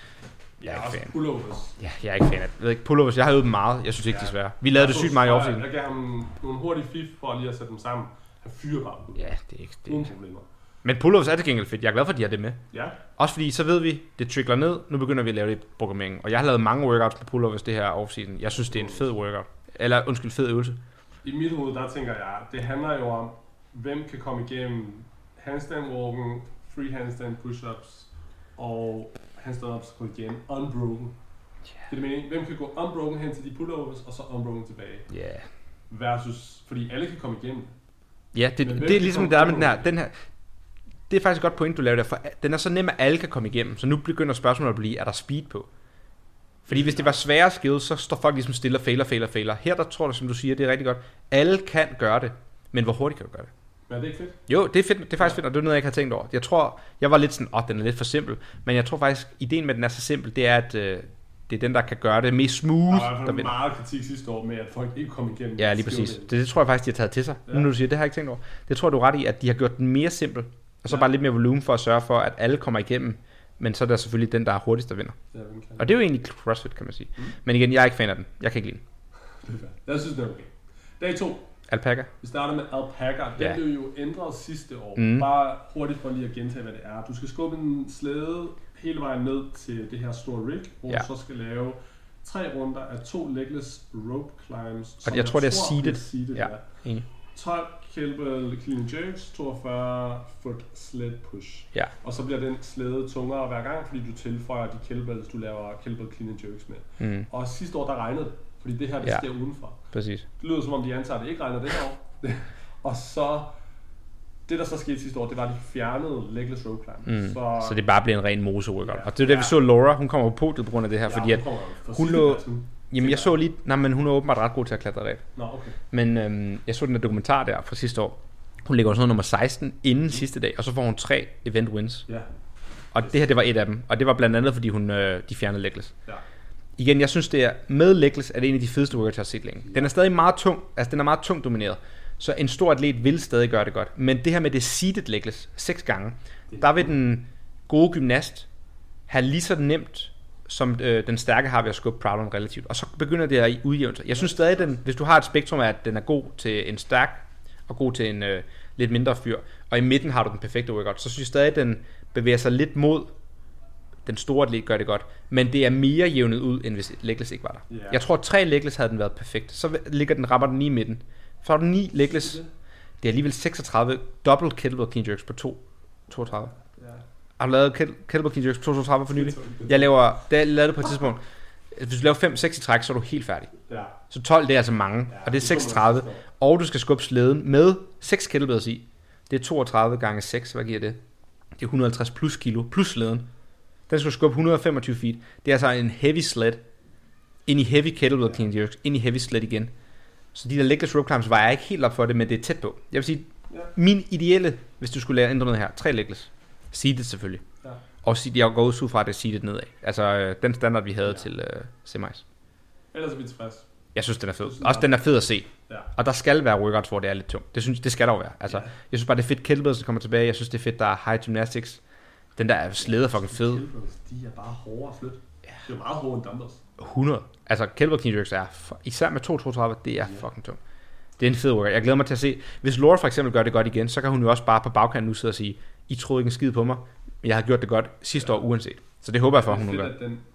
Jeg er ikke fan. Pullovers. Ja, jeg er ikke fan af det. Jeg ved ikke, pullovers, jeg har øvet dem meget. Jeg synes ikke, de er svære. Vi lavede det sygt meget i offseason. Jeg gav ham nogle hurtige fif for lige at sætte dem sammen. Han fyrer bare ud. Ja, det er ikke problemer. Men pullovers er til gengæld fedt. Jeg er glad for, at de har det med. Ja. Også fordi, så ved vi, det trickler ned. Nu begynder vi at lave det i programmeringen. Og jeg har lavet mange workouts på pullovers det her offseason. Jeg synes, det er en fed workout. Eller, fed øvelse. I mit hoved, der tænker jeg, det handler jo om, hvem kan komme igennem handstand walken, free handstand push-ups og handstand obstacle igen, unbroken. Det er det mening, hvem kan gå unbroken hen til de pullovers, og så unbroken tilbage. Ja. Versus, fordi alle kan komme igennem. Ja, det er ligesom der med den her. Det er faktisk et godt point, du laver der, for den er så nem, at alle kan komme igennem. Så nu begynder spørgsmålet at blive, er der speed på? Fordi hvis det var svære skills, så står folk ligesom stille og fejler. Her der tror jeg, som du siger, det er rigtig godt. Alle kan gøre det, men hvor hurtigt kan du gøre det? Men er det ikke fedt? Jo, det er fedt. Det er faktisk fedt, og det er noget, jeg ikke har tænkt over. Jeg tror, jeg var lidt sådan, den er lidt for simpel. Men jeg tror faktisk, ideen med den er så simpel, det er, at det er den, der kan gøre det mest smooth. Der var meget kritik sidste år med, at folk ikke kom igennem. Ja, lige præcis. Det tror jeg faktisk, de har taget til sig. Ja. Nu du siger, det har jeg ikke tænkt over. Det tror jeg, du er ret i, at de har gjort den mere simpel. Og så bare lidt mere volumen for at sørge for, at alle kommer igennem. Men så er der selvfølgelig den, der er hurtigst, der vinder. Og det er jo egentlig CrossFit, kan man sige. Men igen, jeg er ikke fan af den. Jeg kan ikke lide den. Jeg synes, det er okay. Dag 2. Alpaca. Vi starter med alpaca. Den blev jo ændret sidste år. Bare hurtigt for lige at gentage, hvad det er. Du skal skubbe en slæde hele vejen ned til det her store rig, hvor du så skal lave 3 runder af 2 legless rope climbs. Og jeg tror, det er seated. Ja, enig. 12 kettlebell clean and jerks, 42 foot sled push. Ja. Og så bliver den slæde tungere hver gang, fordi du tilføjer de kettlebells, du laver kettlebell clean and jerks med. Og sidste år, der regnede det, fordi det her, det sker udenfor. Præcis. Det lyder som om, de antager, at det ikke regner det her år. Og så, det der så skete sidste år, det var, at de fjernede legless rope climb. Så det bare blev en ren mose-workout. Og det er det, vi så Laura, hun kommer på podiet på grund af det her, fordi at hun lå... Jamen jeg så lige, men hun er åbenbart ret god til at klatre ræb. Okay. Men jeg så den der dokumentar der fra sidste år. Hun ligger også noget nummer 16 inden sidste dag, og så får hun 3 event wins. Ja. Og det her, det var et af dem. Og det var blandt andet, fordi de fjernede legless. Ja. Igen, jeg synes det er, med legless er det en af de fedeste workouts, jeg har set længe. Den er stadig meget tung, altså den er meget tungt domineret. Så en stor atlet vil stadig gøre det godt. Men det her med det seated legless 6 gange, der vil den gode gymnast have lige så nemt som den stærke har ved at skubbe prowleren relativt. Og så begynder det at udjævne sig. Jeg synes stadig, hvis du har et spektrum af, at den er god til en stærk, og god til en lidt mindre fyr, og i midten har du den perfekte workout, så synes jeg stadig, at den bevæger sig lidt mod den store atlet gør det godt, men det er mere jævnet ud, end hvis legless ikke var der. Yeah. Jeg tror, at 3 legless havde den været perfekt. Så rammer den lige i midten. Så har du 9 legless. Det er alligevel 36 double kettlebell clean jerks på 32. Yeah. Har du lavet kettlebell clean jerks på 32 for nylig? Jeg lavede det på et tidspunkt. Hvis du laver 5-6 i træk, så er du helt færdig. Yeah. Så 12, det er altså mange, og det er 36. Og du skal skubbe slæden med 6 kettlebells i. Det er 32 gange 6, hvad giver det? Det er 150 plus kilo, plus slæden. Den skal skubbe 125 feet. Det er altså en heavy sled. Ind i heavy kettlebell clean jerks. Ind i heavy sled igen. Så de der legless rope climbs var jeg ikke helt op for det, men det er tæt på. Jeg vil sige, min ideelle, hvis du skulle lære ændre noget her, 3 legless. Seated selvfølgelig. Ja. Og jeg går ud fra, at det er seated nedad. Altså den standard, vi havde til semis. Ellers er vi tilfreds. Jeg synes, den er fed. Også den er fed at se. Ja. Og der skal være workouts, hvor det er lidt tungt. Det skal der jo være. Altså, jeg synes bare, det er fedt, kettlebells kommer tilbage. Jeg synes, det er fedt, der er high gymnastics. Den der er slæder fucking fed. De er bare hårdere at flytte. Ja. Det er meget hårdere end dumbbells. 100. Altså kettlebell clean jerks er, især med 232, det er fucking tungt. Det er en fed workout. Jeg glæder mig til at se. Hvis Laura for eksempel gør det godt igen, så kan hun jo også bare på bagkanten nu sidde og sige, I troede ikke en skid på mig, men jeg har gjort det godt sidste år uanset. Så det håber jeg for, hun gør.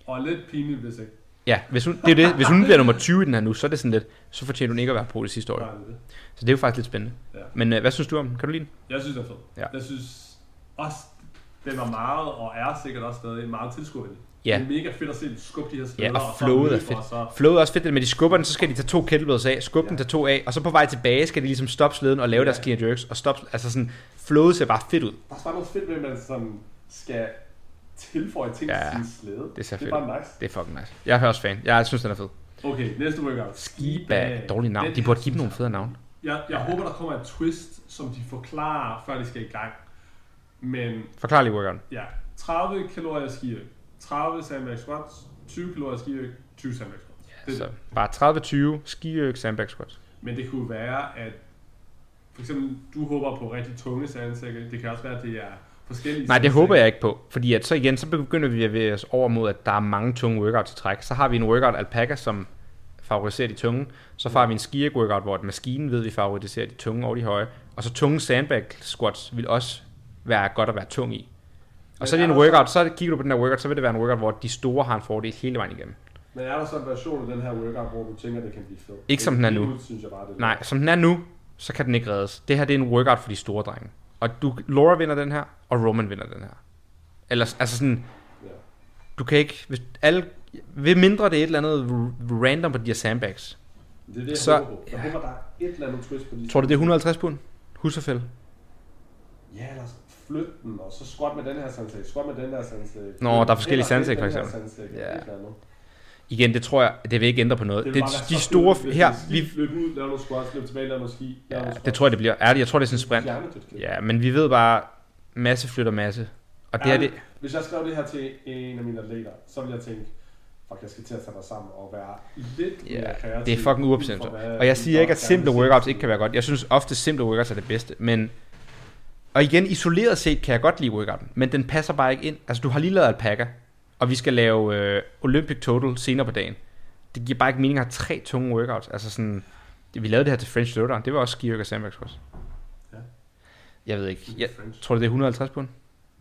Og lidt pinligt, hvis ikke. Ja, det er det. Hvis hun bliver nummer 20 i den her nu, så er det sådan lidt, så fortjener hun ikke at være på det sidste år. Så det er jo faktisk lidt spændende. Ja. Men hvad synes du om den? Kan du lide den? Jeg synes, det er fed. Ja. Jeg synes også, den var meget, og er sikkert også stadig meget tilskuende. Ja. Det er mega fedt at se dem skubbe de her steder. Ja, og flowet er fedt. Flowet er også fedt, men de skubber den, så skal de tage 2 kettlebells af, skubbe den til 2 af, og så på vej tilbage skal de ligesom stoppe sleden og lave deres clean jerks, og stoppe, altså sådan, flowet ser bare fedt ud. Der er bare noget fedt ved, at man sådan skal tilføje ting til sin slæde. Det ser fedt. Det er bare nice. Det er fucking nice. Jeg er også fan. Jeg synes, den er fed. Okay, næste workout. Skibag. Dårlig navn. De burde give dem nogle federe navn. Jeg håber, der kommer et twist, som de forklarer, før de skal i gang. Men... Forklar lige workouten. Ja. 30 kalorier skiøg, 30 sandbag squats, 20 kalorier skiøg, 20 sandbag squats. Ja, så bare 30-20 skiøg, sandbag squats. Men det kunne være, at for eksempel du håber på rigtig tunge sandsække. Det kan også være, at det er forskellige. Nej, det håber jeg ikke på. Fordi at så begynder vi at bevæge os over mod, at der er mange tunge workouts i træk. Så har vi en workout alpaca, som favoriserer de tunge. Så har vi en ski workout, hvor maskinen ved, vi favoriserer de tunge og de høje. Og så tunge sandbag squats vil også være godt at være tung i. Og så er det en workout, så kigger du på den her workout, så vil det være en workout, hvor de store har en fordel hele vejen igennem. Men er der så en version af den her workout, hvor du tænker, det kan blive fed? Ikke som den er nu. Synes jeg bare, det nej, som den er nu, så kan den ikke reddes. Det her det er en workout for de store drenge. Og Laura vinder den her, og Roman vinder den her. Eller, altså sådan, du kan ikke, hvis alle, ved mindre det er et eller andet random på de her sandbags. Det er det, jeg håber på. Jeg håber, der er et eller andet twist på de. Tror du, det er 150 pund? Husserfælde? Ja, eller flytte den, og så squat med den her sandsæk, squat med den her sandsæk. Nå, der er forskellige sandsæk, for eksempel. Ja. Igen, det tror jeg, det vil ikke ændre på noget. Det de store her, vi løb ud, lave nogle squats, løb tilbage, lave noget ski. Ja, det tror jeg det bliver. Jeg tror det er sådan en sprint. Ja, men vi ved bare masse flytter masse. Og det er det. Hvis jeg skrev det her til en af mine atleter, så ville jeg tænke, fuck, jeg skal til at tage mig sammen og være lidt mere kreativ. Det er fucking uopstemt. Og jeg siger ikke, at simple workouts ikke kan være godt. Jeg synes ofte simple workouts er det bedste, men og igen, isoleret set kan jeg godt lide workouten, men den passer bare ikke ind. Altså, du har lige lavet alpaca, og vi skal lave Olympic Total senere på dagen. Det giver bare ikke mening at have 3 tunge workouts. Altså sådan, vi lavede det her til French Showdown. Det var også ski og sandbag squats. Ja. Jeg ved ikke. Jeg tror det er 150 pund?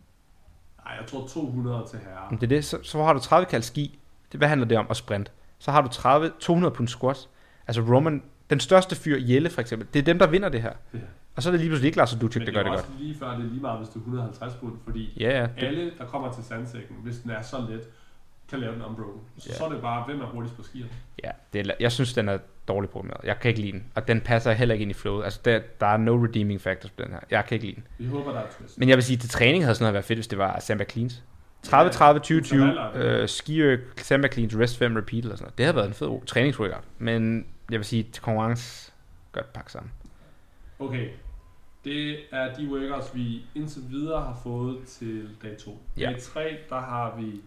Nej, jeg tror 200 til herre. Det er det. Så har du 30 kald ski. Hvad handler det om? Og sprint. Så har du 200 pund squats. Altså Roman, den største fyr, Jelle for eksempel, det er dem, der vinder det her. Ja. Og så er det lige pludselig ikke Lars og Ducek, der gør det godt. Men det er også lige før, det er lige meget, hvis det er 150 pund, fordi alle, der kommer til sandsækken, hvis den er så let, kan lave den unbroken. Så er det bare, hvem er hurtigst på skierne. Ja, jeg synes, den er dårligt programmeret. Jeg kan ikke lide den, og den passer heller ikke ind i flowet. Altså, der er no redeeming factors på den her. Jeg kan ikke lide den. Vi håber, der er twist. Men jeg vil sige, til træning havde sådan noget været fedt, hvis det var sandbag cleans. 30-30-20-20, ski sandbag cleans, rest 5, repeat eller sådan noget. Det havde været en fed træningsworkout. Men jeg vil sige, til konkurrence, godt pakke sammen. Okay. Det er de workouts, vi indtil videre har fået til dag 2. Ja. Dag 3, der har vi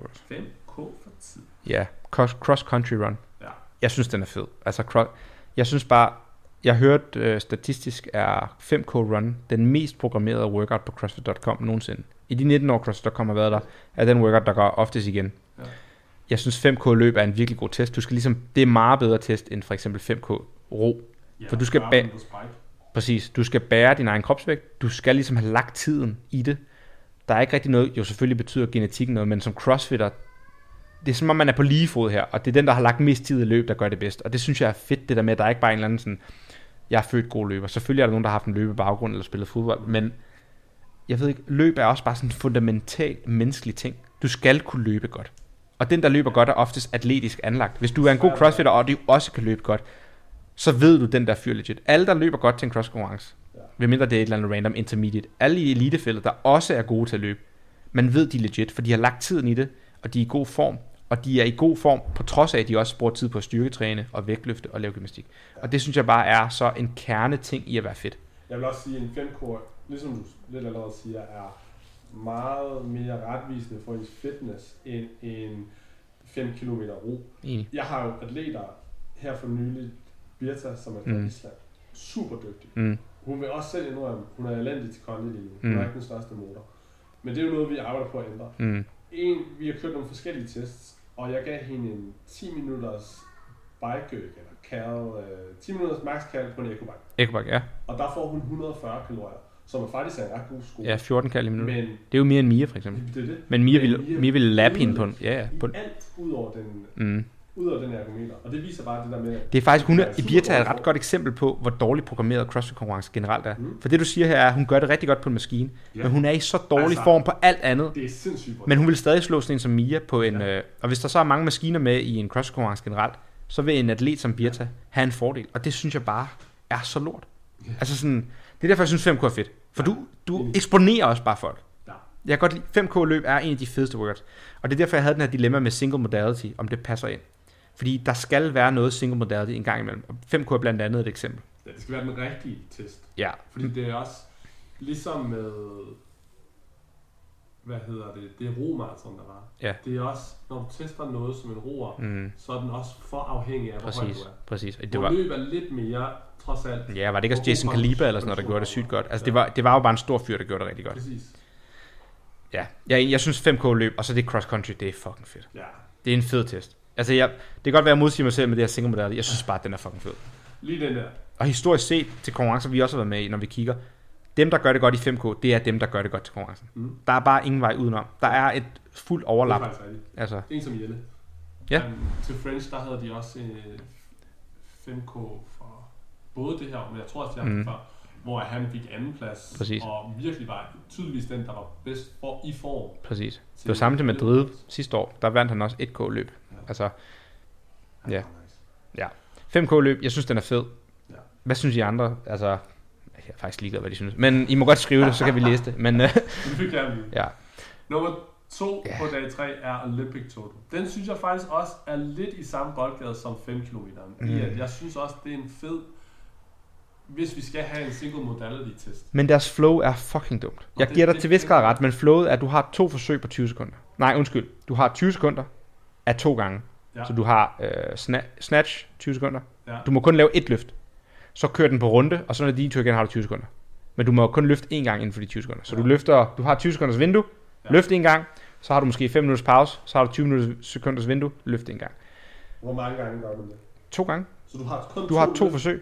5K for tid. Ja, cross country run. Ja. Jeg synes, den er fed. Altså, jeg synes bare, jeg hørte statistisk er 5K run den mest programmerede workout på CrossFit.com nogensinde. I de 19 år CrossFit.com har været der, er den workout, der går oftest igen. Ja. Jeg synes 5K løb er en virkelig god test. Du skal ligesom, det er meget bedre test end for eksempel 5K ro. Ja, for du skal præcis, du skal bære din egen kropsvægt. Du skal ligesom have lagt tiden i det. Der er ikke rigtig noget, jo selvfølgelig betyder genetikken noget, men som crossfitter, det er som om man er på lige fod her, og det er den, der har lagt mest tid i løb, der gør det bedst. Og det synes jeg er fedt, det der med, at der er ikke bare en eller anden sådan, jeg er født god løber. Selvfølgelig er der nogen, der har haft en løbebaggrund eller spillet fodbold, men jeg ved ikke, løb er også bare sådan en fundamental menneskelig ting. Du skal kunne løbe godt. Og den, der løber godt, er oftest atletisk anlagt. Hvis du er en god crossfitter, og du også kan løbe godt, så ved du, den der fyr legit. Alle, der løber godt til en cross-konkurrence, ved mindre det er et eller andet random intermediate, alle i elitefeltet, der også er gode til at løbe, man ved, de er legit, for de har lagt tiden i det, og de er i god form, og de er i god form, på trods af, at de også bruger tid på at styrketræne, og vægtløfte og lave gymnastik. Ja. Og det synes jeg bare er så en kerneting i at være fedt. Jeg vil også sige, at en 5K, ligesom du lidt allerede siger, er meget mere retvisende for ens fitness, end en 5 km ro. Jeg har jo atleter her for nylig, Birta, som er fra Island. Super dygtig. Hun vil også selv indrømme, hun er elendig til kondi lige nu. Hun er ikke den største motor. Men det er jo noget, vi arbejder på at ændre. Vi har kørt nogle forskellige tests, og jeg gav hende en 10 minutters bike eller 10 minutters max kald på en EcoBike. EcoBike, ja. Og der får hun 140 kalorier. som faktisk er en ret god sko. Ja, 14 kald i minuttet. Men det er jo mere end Mia, for eksempel. det er det. Men Mia ville lappe hende på en... Ja, på en. Alt ud over den ergometer. Og det viser bare det der med... Det er faktisk, Birta er et ret godt eksempel på, hvor dårligt programmeret CrossFit-konkurrence generelt er. For det du siger her er, at hun gør det rigtig godt på en maskine, men hun er i så dårlig form på alt andet. Det er sindssygt. Men hun vil stadig slå sådan en som Mia på en... og hvis der så er mange maskiner med i en CrossFit-konkurrence generelt, så vil en atlet som Birta have en fordel. Og det synes jeg bare er så lort. Altså sådan... Det er derfor, jeg synes 5K er fedt. For du eksponerer også bare folk. Jeg kan godt lide, 5K løb er en af de fedeste workouts. Og det er derfor, jeg havde den her dilemma med single modality, om det passer ind. Fordi der skal være noget single modality en gang imellem. Og 5K er blandt andet et eksempel. Ja, det skal være den rigtige test. Ja. Fordi det er også ligesom med, det romarathon, der var. Ja. Det er også, når du tester noget som en roer, så er den også for afhængig af, hvor høj du er. Præcis. Det løb er lidt mere, trods alt. Ja, var det ikke også Jason Kaliber eller sådan noget, der gjorde det sygt godt? Altså, det var jo bare en stor fyr, der gjorde det rigtig godt. Præcis. Ja, jeg synes 5K løb, og så det cross country, det er fucking fedt. Ja. Det er en fed test. Altså, det kan godt være, at jeg modsiger mig selv med det her single modality. Jeg synes bare, at den er fucking fed. Lige den der. Og historisk set til konkurrencer, vi også har været med i, når vi kigger, dem, der gør det godt i 5K, det er dem, der gør det godt til konkurrencen. Der er bare ingen vej udenom. Der er et fuldt overlap. Det er faktisk rigtigt. Altså. En som Jelle. Ja. Til French, der havde de også 5K for både det her, men jeg tror også, det er før, hvor han fik anden plads. Præcis. Og virkelig var tydeligvis den, der var bedst i form. Præcis. Det var samme til Madrid sidste år. Der vandt han også 1K løb. Ja. Altså, ja. Ja. 5K løb, jeg synes, den er fed. Ja. Hvad synes I andre? Altså, jeg er faktisk ligeglad, hvad de synes. Men I må godt skrive det, så kan vi læse det. Men, det fik jeg lige. Ja. Nummer 2 på dag 3 er Olympic Total. Den synes jeg faktisk også er lidt i samme boldgade som 5 km. Jeg synes også, det er en fed, hvis vi skal have en single modality test. Men deres flow er fucking dumt. Jeg giver dig til vis grad ret, men flowet er, at du har 2 forsøg på 20 sekunder. Nej, undskyld. Du har 20 sekunder af 2 gange. Ja. Så du har snatch 20 sekunder. Ja. Du må kun lave 1 løft. Så kører den på runde, og så når din tur igen har du 20 sekunder. Men du må kun løfte 1 gang inden for de 20 sekunder. Så du har 20 sekunders vindue, løft 1 gang, så har du måske 5 minutters pause, så har du 20 sekunders vindue, løft 1 gang. Hvor mange gange gør man det? 2 gange. Så du har 2 forsøg.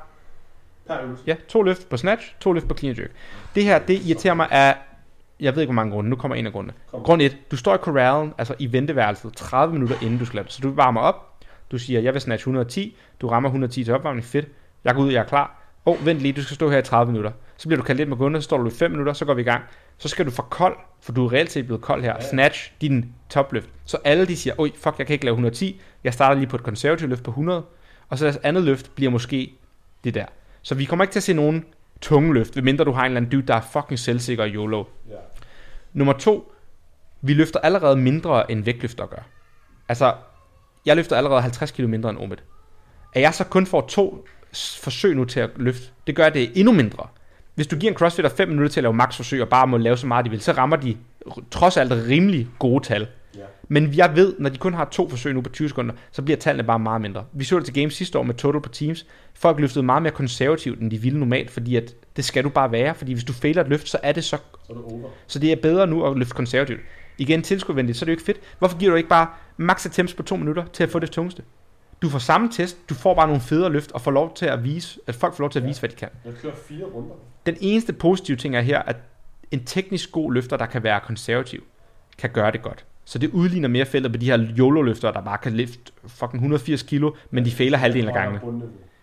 Per øvelse? Ja, 2 løft på snatch, 2 løft på clean and jerk. Det her, det irriterer mig af, jeg ved ikke hvor mange grunde, nu kommer en af grundene. Grund 1, du står i corralen, altså i venteværelset, 30 minutter inden du skal lave det. Så du varmer op, du siger, jeg vil snatch 110, du rammer 110 til opvarmning, fedt. Jeg går ud, jeg er klar. Vent lige, du skal stå her i 30 minutter. Så bliver du kaldt lidt med gundet, så står du i 5 minutter, så går vi i gang. Så skal du få kold, for du er reelt set blevet kold her. Ja. Snatch din topløft. Så alle de siger, oj, fuck, jeg kan ikke lave 110. Jeg starter lige på et konservativt løft på 100. Og så deres andet løft bliver måske det der. Så vi kommer ikke til at se nogen tunge løft, medmindre du har en eller anden dude, der er fucking selvsikker og YOLO. Ja. Nummer 2, vi løfter allerede mindre end vægtløfter gør. Altså, jeg løfter allerede 50 kg mindre end Omid. At jeg så kun får 2 forsøg nu til at løfte, det gør det endnu mindre. Hvis du giver en crossfitter 5 minutter til at lave maksforsøg og bare må lave så meget de vil, så rammer de trods alt rimelig gode tal. Yeah. Men jeg ved, når de kun har 2 forsøg nu på 20 sekunder, så bliver tallene bare meget mindre. Vi så det til Games sidste år med total på teams. Folk løftede meget mere konservativt, end de ville normalt, fordi at det skal du bare være. Fordi hvis du fejler et løft, så er det så... Så det er bedre nu at løfte konservativt. Igen, tilskuervenligt, så er det jo ikke fedt. Hvorfor giver du ikke bare max attempts på 2 minutter til at få det tungeste? Du får samme test, du får bare nogle federe løft, og får lov til at vise, at folk får lov til at vise, hvad de kan. Jeg kører 4 runder. Den eneste positive ting er her, at en teknisk god løfter, der kan være konservativ, kan gøre det godt. Så det udligner mere feltet på de her YOLO-løfter, der bare kan løfte fucking 180 kilo, men de fejler halvdelen af gangene.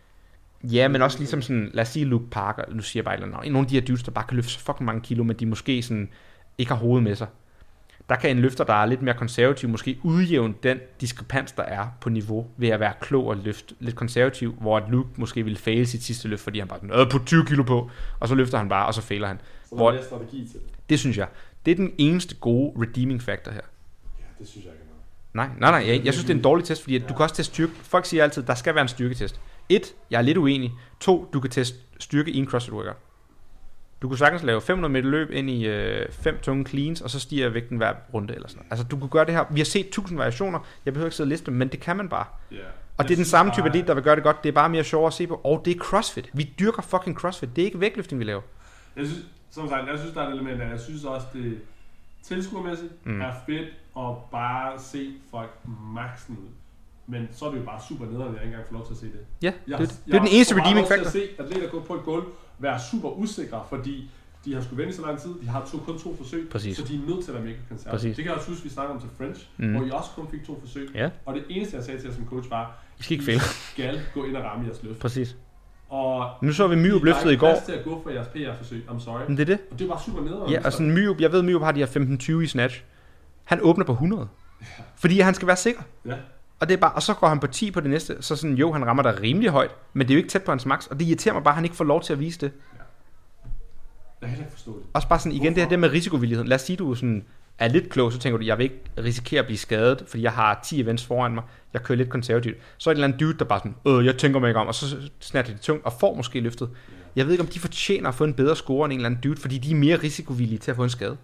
Ja, men også ligesom sådan, lad os sige Luke Parker, nu siger jeg bare et eller andet, nogle af de her dudes, der bare kan løfte så fucking mange kilo, men de måske sådan ikke har hovedet med sig. Der kan en løfter, der er lidt mere konservativ, måske udjævne den diskrepans, der er på niveau, ved at være klog og løfte lidt konservativ, hvor at Luke måske ville faile sit sidste løft, fordi han bare sådan, på 20 kilo på, og så løfter han bare, og så fejler han. Så der er mere strategi til det. Det synes jeg. Det er den eneste gode redeeming factor her. Ja, det synes jeg ikke. Nej. Jeg synes, det er en dårlig test, fordi du kan også teste styrke. Folk siger altid, der skal være en styrketest. 1, jeg er lidt uenig. 2, du kan teste styrke i en CrossFit workout. Du kunne sagtens lave 500 meter løb ind i 5 tunge cleans, og så stiger vægten hver runde eller sådan noget. Altså, du kunne gøre det her. Vi har set 1000 variationer. Jeg behøver ikke sidde og liste dem, men det kan man bare. Yeah. Og det er den samme type atlet, der vil gøre det godt. Det er bare mere sjovere at se på. Og det er CrossFit. Vi dyrker fucking CrossFit. Det er ikke vægtløftning, vi laver. Jeg synes, som sagt, der er et element af. Jeg synes også, det tilskuermæssigt er fedt at bare se folk maksen ud. Men så er det jo bare super nederen, at jeg ikke engang får lov til at se det. Ja, det er den eneste redeeming factor. Jeg får lov til at se atleter gå på et gulv, være super usikre, fordi De har skulle vente så lang tid, de har kun 2 forsøg, Præcis. så de er nødt til at være mega konservative. Præcis. Det kan jeg også huske, vi snakkede om til French, hvor I også kun fik 2 forsøg. Ja. Og det eneste, jeg sagde til jer som coach var, I skal ikke fejle. skal gå ind og ramme jeres løft. Præcis. Og Nu så vi Myrup løftet i går. Der er ikke plads til at gå for jeres PR-forsøg, I'm sorry. Men det er det. Og det var super nederen. Ja, og sådan Myrup, jeg ved, Myrup har de her 15-20 i snatch. Han åbner på 100. Fordi han skal være sikker. Ja. Og det er bare, og så går han på 10 på det næste, så sådan, jo, han rammer der rimelig højt, men det er jo ikke tæt på hans max, og det irriterer mig bare, at han ikke får lov til at vise det. Jeg kan heller ikke forstå det. Også bare sådan, igen, det her med risikovilligheden. Lad os sige, du sådan er lidt klog, så tænker du, jeg vil ikke risikere at blive skadet, fordi jeg har 10 events foran mig, jeg kører lidt konservativt. Så er det en eller anden dude, der bare sådan, jeg tænker mig ikke om, og så snatter de tungt, og får måske løftet. Jeg ved ikke, om de fortjener at få en bedre score end en eller anden dude, fordi de er mere risikovillige til at få en skade.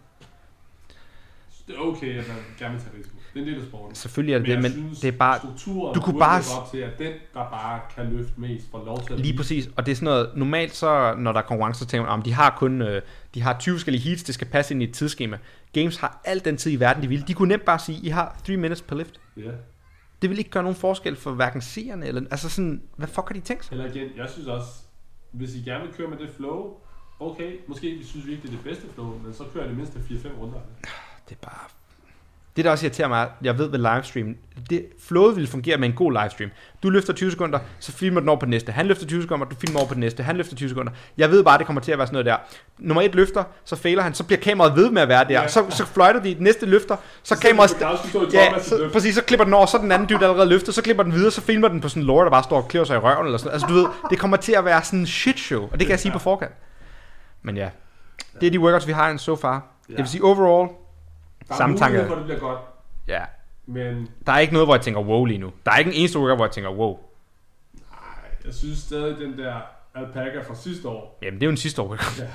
Det er okay, at man gerne vil tage risiko. Det er en del af sporten. Selvfølgelig er det det, men synes, det er bare... Du kunne bare op til, at den, der bare kan løfte mest, får lov til at lige præcis, og det er sådan noget, normalt så, når der er konkurrence, så tænker man, de har kun de har 20 forskellige heats, det skal passe ind i et tidsskema. Games har al den tid i verden, de vil. De kunne nemt bare sige, I har 3 minutes per lift. Ja. Det vil ikke gøre nogen forskel for hverken seerne, eller, altså sådan, hvad fuck har de tænkt sig? Eller igen, jeg synes også, hvis I gerne vil køre med det flow, okay, måske vi synes vi ikke, det er det bedste flow, men så kører det mindst 4-5 runder. Det er bare... Det der også irriterer mig, jeg ved ved livestream, flowet vil fungere med en god livestream. Du løfter 20 sekunder, så filmer den over på det næste. Han løfter 20 sekunder, du filmer over på det næste. Han løfter 20 sekunder. Jeg ved bare, det kommer til at være sådan noget der. Nummer 1 løfter, så fejler han, så bliver kameraet ved med at være der. Ja. Så fløjter de næste løfter, så kameraet... Ja, præcis, så klipper den over, så den anden dybt allerede løfter, så klipper den videre, så filmer den på sådan en lore, der bare står og klør sig i røven eller sådan. Altså du ved, det kommer til at være sådan en shit show, og det kan jeg sige på forkant. Men ja, det er de workouts, vi har so far. Jeg vil sige overall, samme tanke. Det bliver godt. Ja. Men der er ikke noget, hvor jeg tænker wow lige nu. Der er ikke en eneste workout, hvor jeg tænker wow. Nej, jeg synes stadig den der alpaca fra sidste år. Jamen det er jo en sidste år workout. Ja,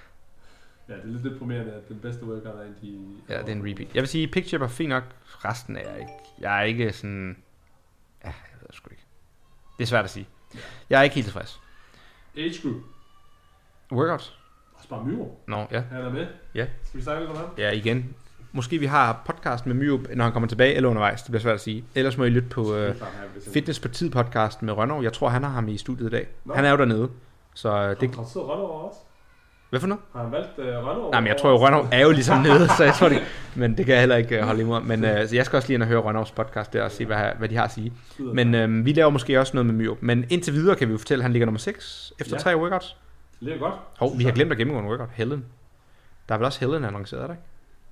det er lidt deprimerende, at den bedste workout er en de... Ja, det er en repeat. Jeg vil sige, picture er fint nok. Resten er jeg ikke. Jeg er ikke sådan... Ja, jeg ved sgu ikke. Det er svært at sige. Ja. Jeg er ikke helt tilfreds. Age group. Workouts. Også bare Myrup. Nå, ja. Han er med. Ja. Skal vi snakke lidt om ham? Ja, igen. Måske vi har podcast med Myrup, når han kommer tilbage eller undervejs. Det bliver svært at sige. Ellers må I lytte på Fitness på Tid podcast med Rønnow. Jeg tror, han har ham i studiet i dag. Nå. Han er jo dernede. Så det... Har du Rønnow også? Hvad for noget? Har han valgt Rønnow? Nej, men jeg tror jo, Rønnow er jo ligesom nede, så jeg tror det. Men det kan jeg heller ikke holde imod. Men så jeg skal også lige ind og høre Rønnows podcast der og se, hvad de har at sige. Men vi laver måske også noget med Myrup. Men indtil videre kan vi jo fortælle, at han ligger nummer 6 efter 3 workouts. Det ligger godt. Hov, vi har glemt at gennemgå en workout. Helen. Der er vel også Helen annonceret, ikke?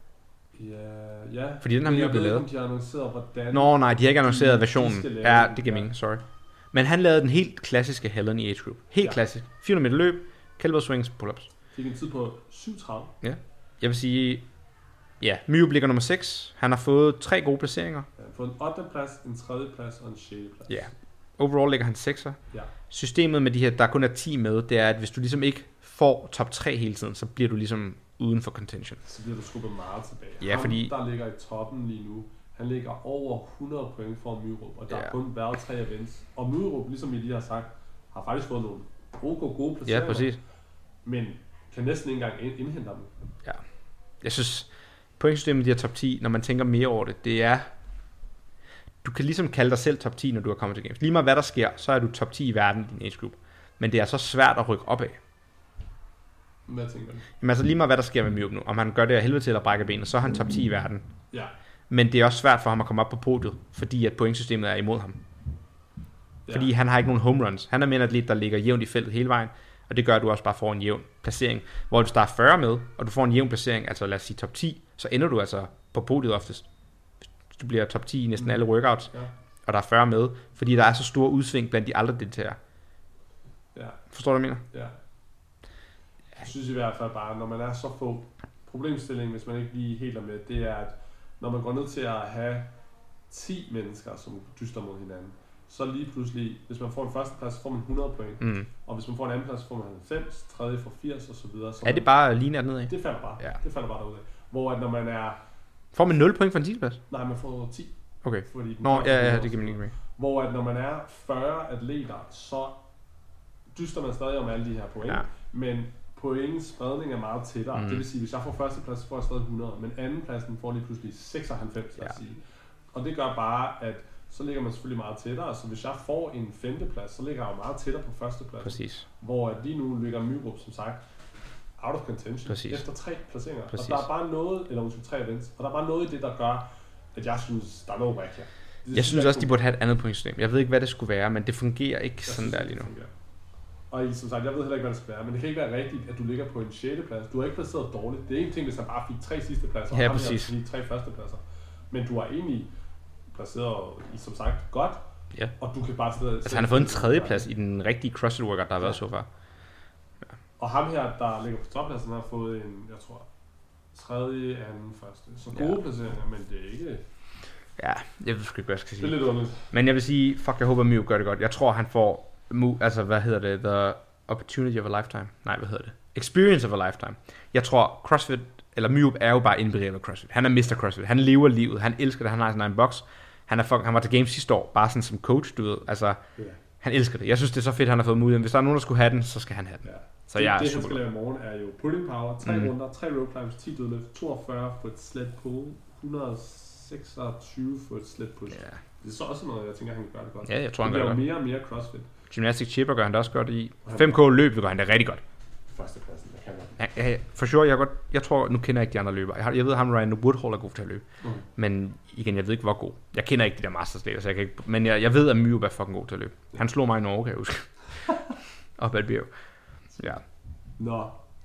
Ja. Fordi den har Myrup blevet lavet. De har annonceret, hvordan... Nå, nej, de har ikke annonceret versionen. Ja, det giver mening, sorry. Men han lavede den helt klassiske Helen i age group. Helt klassisk. 400 meter løb, kettlebell swings, pull-ups. Fik en tid på 7.30. Ja. Jeg vil sige, ja, Myrup ligger nummer 6. Han har fået 3 gode placeringer. Han har fået en 8. plads, en 3. plads og en 6. plads. Ja. Overall ligger han 6'er. Ja. Systemet med de her, der kun er 10 med, det er, at hvis du ligesom ikke får top 3 hele tiden, så bliver du ligesom uden for contention. Så bliver du skubbet meget tilbage. Ja, fordi... der ligger i toppen lige nu, han ligger over 100 point for Myrup, og der er kun været 3 events. Og Myrup, ligesom I lige har sagt, har faktisk fået nogle gode placeringer. Ja, præcis. Men kan næsten ikke engang indhente dem. Ja. Jeg synes, pointsystemet i de her top 10, når man tænker mere over det, det er... Du kan ligesom kalde dig selv top 10, når du er kommet til games. Lige meget hvad der sker, så er du top 10 i verden i din age group. Men det er så svært at rykke op af. Hvad tænker du? Jamen altså lige meget hvad der sker med Myrup nu. Om han gør det af helvede til at brække benet, så er han top 10 i verden. Ja. Men det er også svært for ham at komme op på podiet, fordi at pointsystemet er imod ham. Ja. Fordi han har ikke nogen home runs. Han er mere en atlet, der ligger jævnt i feltet hele vejen. Og det gør, at du også bare får en jævn placering. Hvor du starter 40 med, og du får en jævn placering, altså lad os sige top 10, så ender du altså på podiet oftest. Hvis du bliver top 10 i næsten alle workouts, og der er 40 med, fordi der er så store udsving blandt de andre deltagere. Ja. Forstår du, hvad jeg mener? Ja. Jeg synes i hvert fald bare, når man er så få problemstilling, hvis man ikke lige helt er med, det er, at når man går ned til at have 10 mennesker, som dyster mod hinanden, så lige pludselig, hvis man får en første plads, så får man 100 point. Og hvis man får en anden plads, så får man 90, tredje får 80 og så videre. Så er det bare lige ned nedad? Det falder bare. Ja. Det falder bare derudad. Hvor at når man er... Får man 0 point for en 10. plads? Nej, man får 10. Okay. Fordi det giver mening. Hvor at når man er 40 atleter, så dyster man stadig om alle de her point. Ja. Men pointens spredning er meget tættere. Det vil sige, hvis jeg får førsteplads, så får jeg stadig 100. Men andenpladsen får lige pludselig 96, lad os sige. Og det gør bare, at så ligger man selvfølgelig meget tættere. Så hvis jeg får en 5. plads, så ligger jeg jo meget tættere på førstepladsen. Præcis. Hvor at lige nu ligger Myrup, som sagt, out of contention. Præcis. Efter 3 placeringer. Præcis. Og der er bare noget, eller undskyld 3 events, og der er bare noget i det, der gør, at jeg synes, der er noget whack her. Jeg synes også, de burde have et andet pointsystem. Jeg ved ikke, hvad det skulle være, men det fungerer ikke sådan der lige nu. Og som sagt, jeg ved heller ikke, hvad det skal være, men det kan ikke være rigtigt, at du ligger på en 6. plads. Du har ikke placeret dårligt. Det er en ting, hvis han bare fik 3 sidste pladser, ja, og præcis. han 3 første pladser. Men du har egentlig placeret, som sagt, godt. Ja. Og du kan bare sidde... Altså han har fået en 3. plads i den rigtige CrossFit workout, der har været så far. Ja. Og ham her, der ligger på toppladsen, har fået en, jeg tror, 3., 2., 1. Så gode placeringer, men det er ikke... Ja, jeg ved sgu ikke, hvad jeg skal sige. Det er lidt underligt. Men jeg vil sige, jeg håber, Mew gør det godt. Jeg tror, han får, the opportunity of a lifetime. Nej, hvad hedder det? Experience of a lifetime. Jeg tror, CrossFit, eller Mew er jo bare indbegrebet af CrossFit. Han er Mr. CrossFit. Han lever livet. Han elsker det. Han har sin egen box. Han var til Games sidste år, bare sådan som coach, du ved. Altså, han elsker det. Jeg synes, det er så fedt, han har fået muligheden. Hvis der er nogen, der skulle have den, så skal han have den. Ja. Så det, jeg det han skal lave i morgen, er jo pulling power, 3 runder, 3 rope climbs, 10 dødløft, 42 foot sled pull, 126 foot sled push. Ja. Det er så også noget, jeg tænker, han kan gøre det godt. Ja, jeg tror, han gør det godt. mere og mere CrossFit. Gymnastic chipper gør han det også godt i. 5K løb gør han det rigtig godt. Førstepladsen, det kan godt. Ja, for sure, jeg tror, nu kender jeg ikke de andre løbere. Jeg ved, ham Ryan Woodhall er god til at løbe. Men igen, jeg ved ikke, hvor god. Jeg kender ikke de der masters så jeg kan ikke... Men jeg ved, at Mew er fucking god til at løbe. Han slog mig i Norge, kan jeg huske. Op ad et bjerg. Ja. Nå.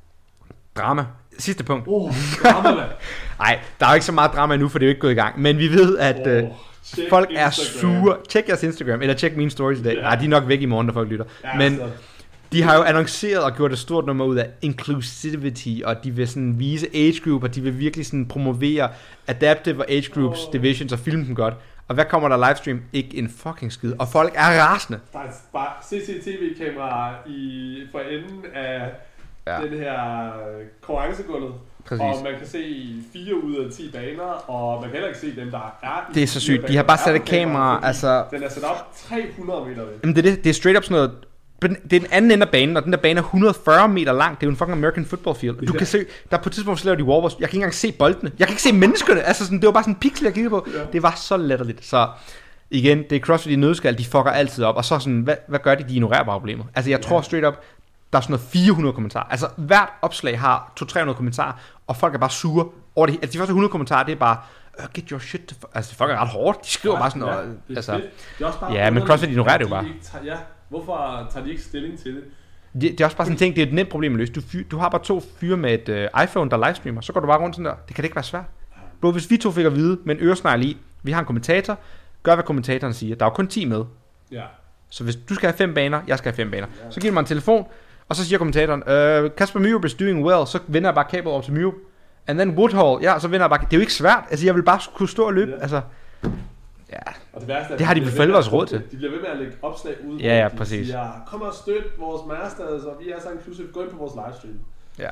Drama. Sidste punkt. Drama, mand. Nej, der er jo ikke så meget drama endnu, for det er jo ikke gået i gang. Men vi ved, at folk er sure. Tjek jeres Instagram, eller tjek mine stories i dag. Nej, de er nok væk i morgen, når folk lytter. Ja, men de har jo annonceret og gjort et stort nummer ud af inclusivity, og de vil sådan vise age group, og de vil virkelig sådan promovere adaptive og age groups divisions og filme dem godt. Og hvad kommer der livestream? Ikke en fucking skid. Og folk er rasende. Der er bare CCTV-kamera for enden af den her konkurrencegulvet. Præcis. Og man kan se 4 ud af 10 baner, og man kan heller ikke se dem, der er i. Det er så sygt. De har bare sat et kamera, altså... Den er sat op 300 meter væk. Jamen det er straight up sådan noget... Det er den anden ende af banen, og den der bane er 140 meter lang. Det er jo en fucking American football field. Du kan se, der på et tidspunkt så laver de wallballs. Jeg kan ikke engang se boldene. Jeg kan ikke se menneskerne. Altså sådan, det var bare sådan en pixel, jeg kiggede på. Ja. Det var så latterligt. Så igen, det er CrossFit i nødskal. De fucker altid op. Og så sådan, hvad gør de? De ignorerer bare problemet. Altså jeg tror straight up, der er sådan noget 400 kommentarer. Altså hvert opslag har 200-300 kommentarer, og folk er bare sure over det. Altså de første 100 kommentarer, det er bare get your shit. Altså folk er ret hårdt. De skriver bare sådan noget. Altså, det er også bare ja, men CrossFit ignorerer det jo bare. Hvorfor tager de ikke stilling til det? Det er også bare sådan en ting, det er et nemt problem at løse. Du har bare 2 fyre med et iPhone, der livestreamer, så går du bare rundt sådan der. Det kan det ikke være svært. Bro, hvis vi 2 fik at vide med en øresnegl i, vi har en kommentator, gør hvad kommentatoren siger. Der er jo kun 10 med. Ja. Så hvis du skal have 5 baner, jeg skal have 5 baner. Så giver du mig en telefon, og så siger kommentatoren, Kasper Myrup is doing well, så vender jeg bare kablet over til Myrup. And then Woodhall, ja, så vender jeg bare. Det er jo ikke svært. Altså, jeg vil bare kunne stå og løbe. Ja. Altså, ja. Og det værste er, det har de forældre også råd til. De bliver ved med at lægge opslag ud. Ja, præcis. De siger, kom og støt vores masters, og vi er så inclusive. Gå ind på vores livestream. Ja.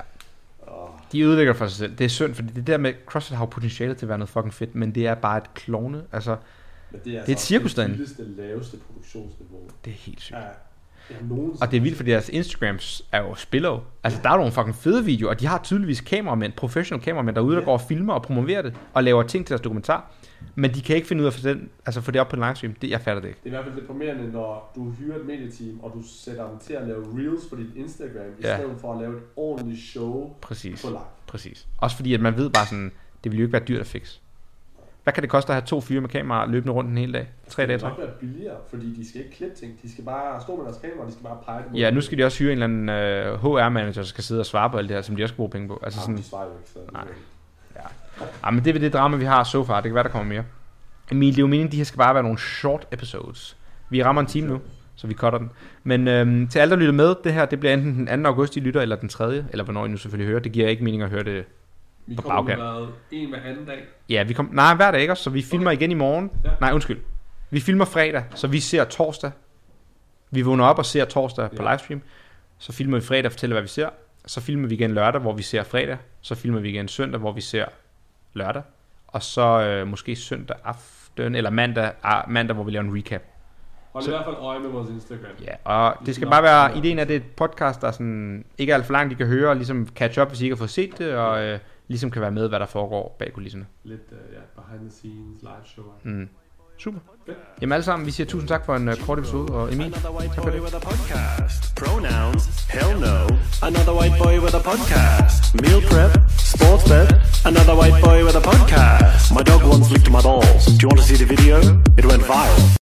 De ødelægger for sig selv. Det er synd, fordi det der med CrossFit har potentiale til at være noget fucking fedt, men det er bare et klovne. Altså, det er et cirkus derinde. Det er det laveste produktionsniveau. Det er helt sygt. Ja. Og det er vildt, fordi deres Instagrams er jo spiller. Altså der er nogle fucking fede videoer, og de har tydeligvis kameramænd, professional kameramænd derude, der går og filmer og promoverer det, og laver ting til deres dokumentar. Men de kan ikke finde ud af få det op på en livestream. Jeg fatter det ikke. Det er i hvert fald deprimerende, når du hyrer et medieteam, og du sætter dem til at lave reels på dit Instagram, i stedet for at lave et ordentligt show på live. Præcis. Også fordi, at man ved bare sådan, det vil jo ikke være dyrt at fikse. Hvad kan det koste at have 2 fyre med kamera løbende rundt en hel dag? 3 dage, 3? Det kan nok være billigere, fordi de skal ikke klippe ting. De skal bare stå med deres kamera, og de skal bare pege dem. Ja, nu skal de også hyre en eller anden HR-manager, der skal sidde og svare på alt det her, som de også skal bruge penge på. Altså sådan, de svarer jo ikke. Så nej. Ja, men det er det drama, vi har so far. Det kan være, der kommer mere. Emil, det er jo meningen, de her skal bare være nogle short episodes. Vi rammer en time nu, så vi cutter den. Men til alle, der lytter med, det her, det bliver enten den 2. august, I lytter, eller den 3. Eller hvornår I nu selvfølgelig hører. Det giver ikke mening at høre det vi på bagkant. Vi kommer en hver anden dag. Ja, nej, hver dag ikke også, så vi filmer igen i morgen. Ja. Nej, undskyld. Vi filmer fredag, så vi ser torsdag. Vi vågner op og ser torsdag på livestream. Så filmer vi fredag og fortæller, hvad vi ser. Så filmer vi igen lørdag, hvor vi ser fredag. Så filmer vi igen søndag, hvor vi ser lørdag. Og så måske søndag aften, eller mandag, hvor vi laver en recap. Hold i hvert fald øje med vores Instagram. Ja, og det skal bare være, ideen er, det er et podcast, der sådan, ikke er alt for langt, de kan høre, og ligesom catch up, hvis I ikke har fået set det, og ligesom kan være med, hvad der foregår bag kulisserne. Lidt behind the scenes, live show. Super. Jamen alle sammen, vi siger tusind tak for en kort episode, og Emil, tak for det. Pronouns, hell no. another white boy with a podcast. Meal prep, sports bet, another white boy with a podcast. My dog once licked my balls. Do you want to see the video? It went viral.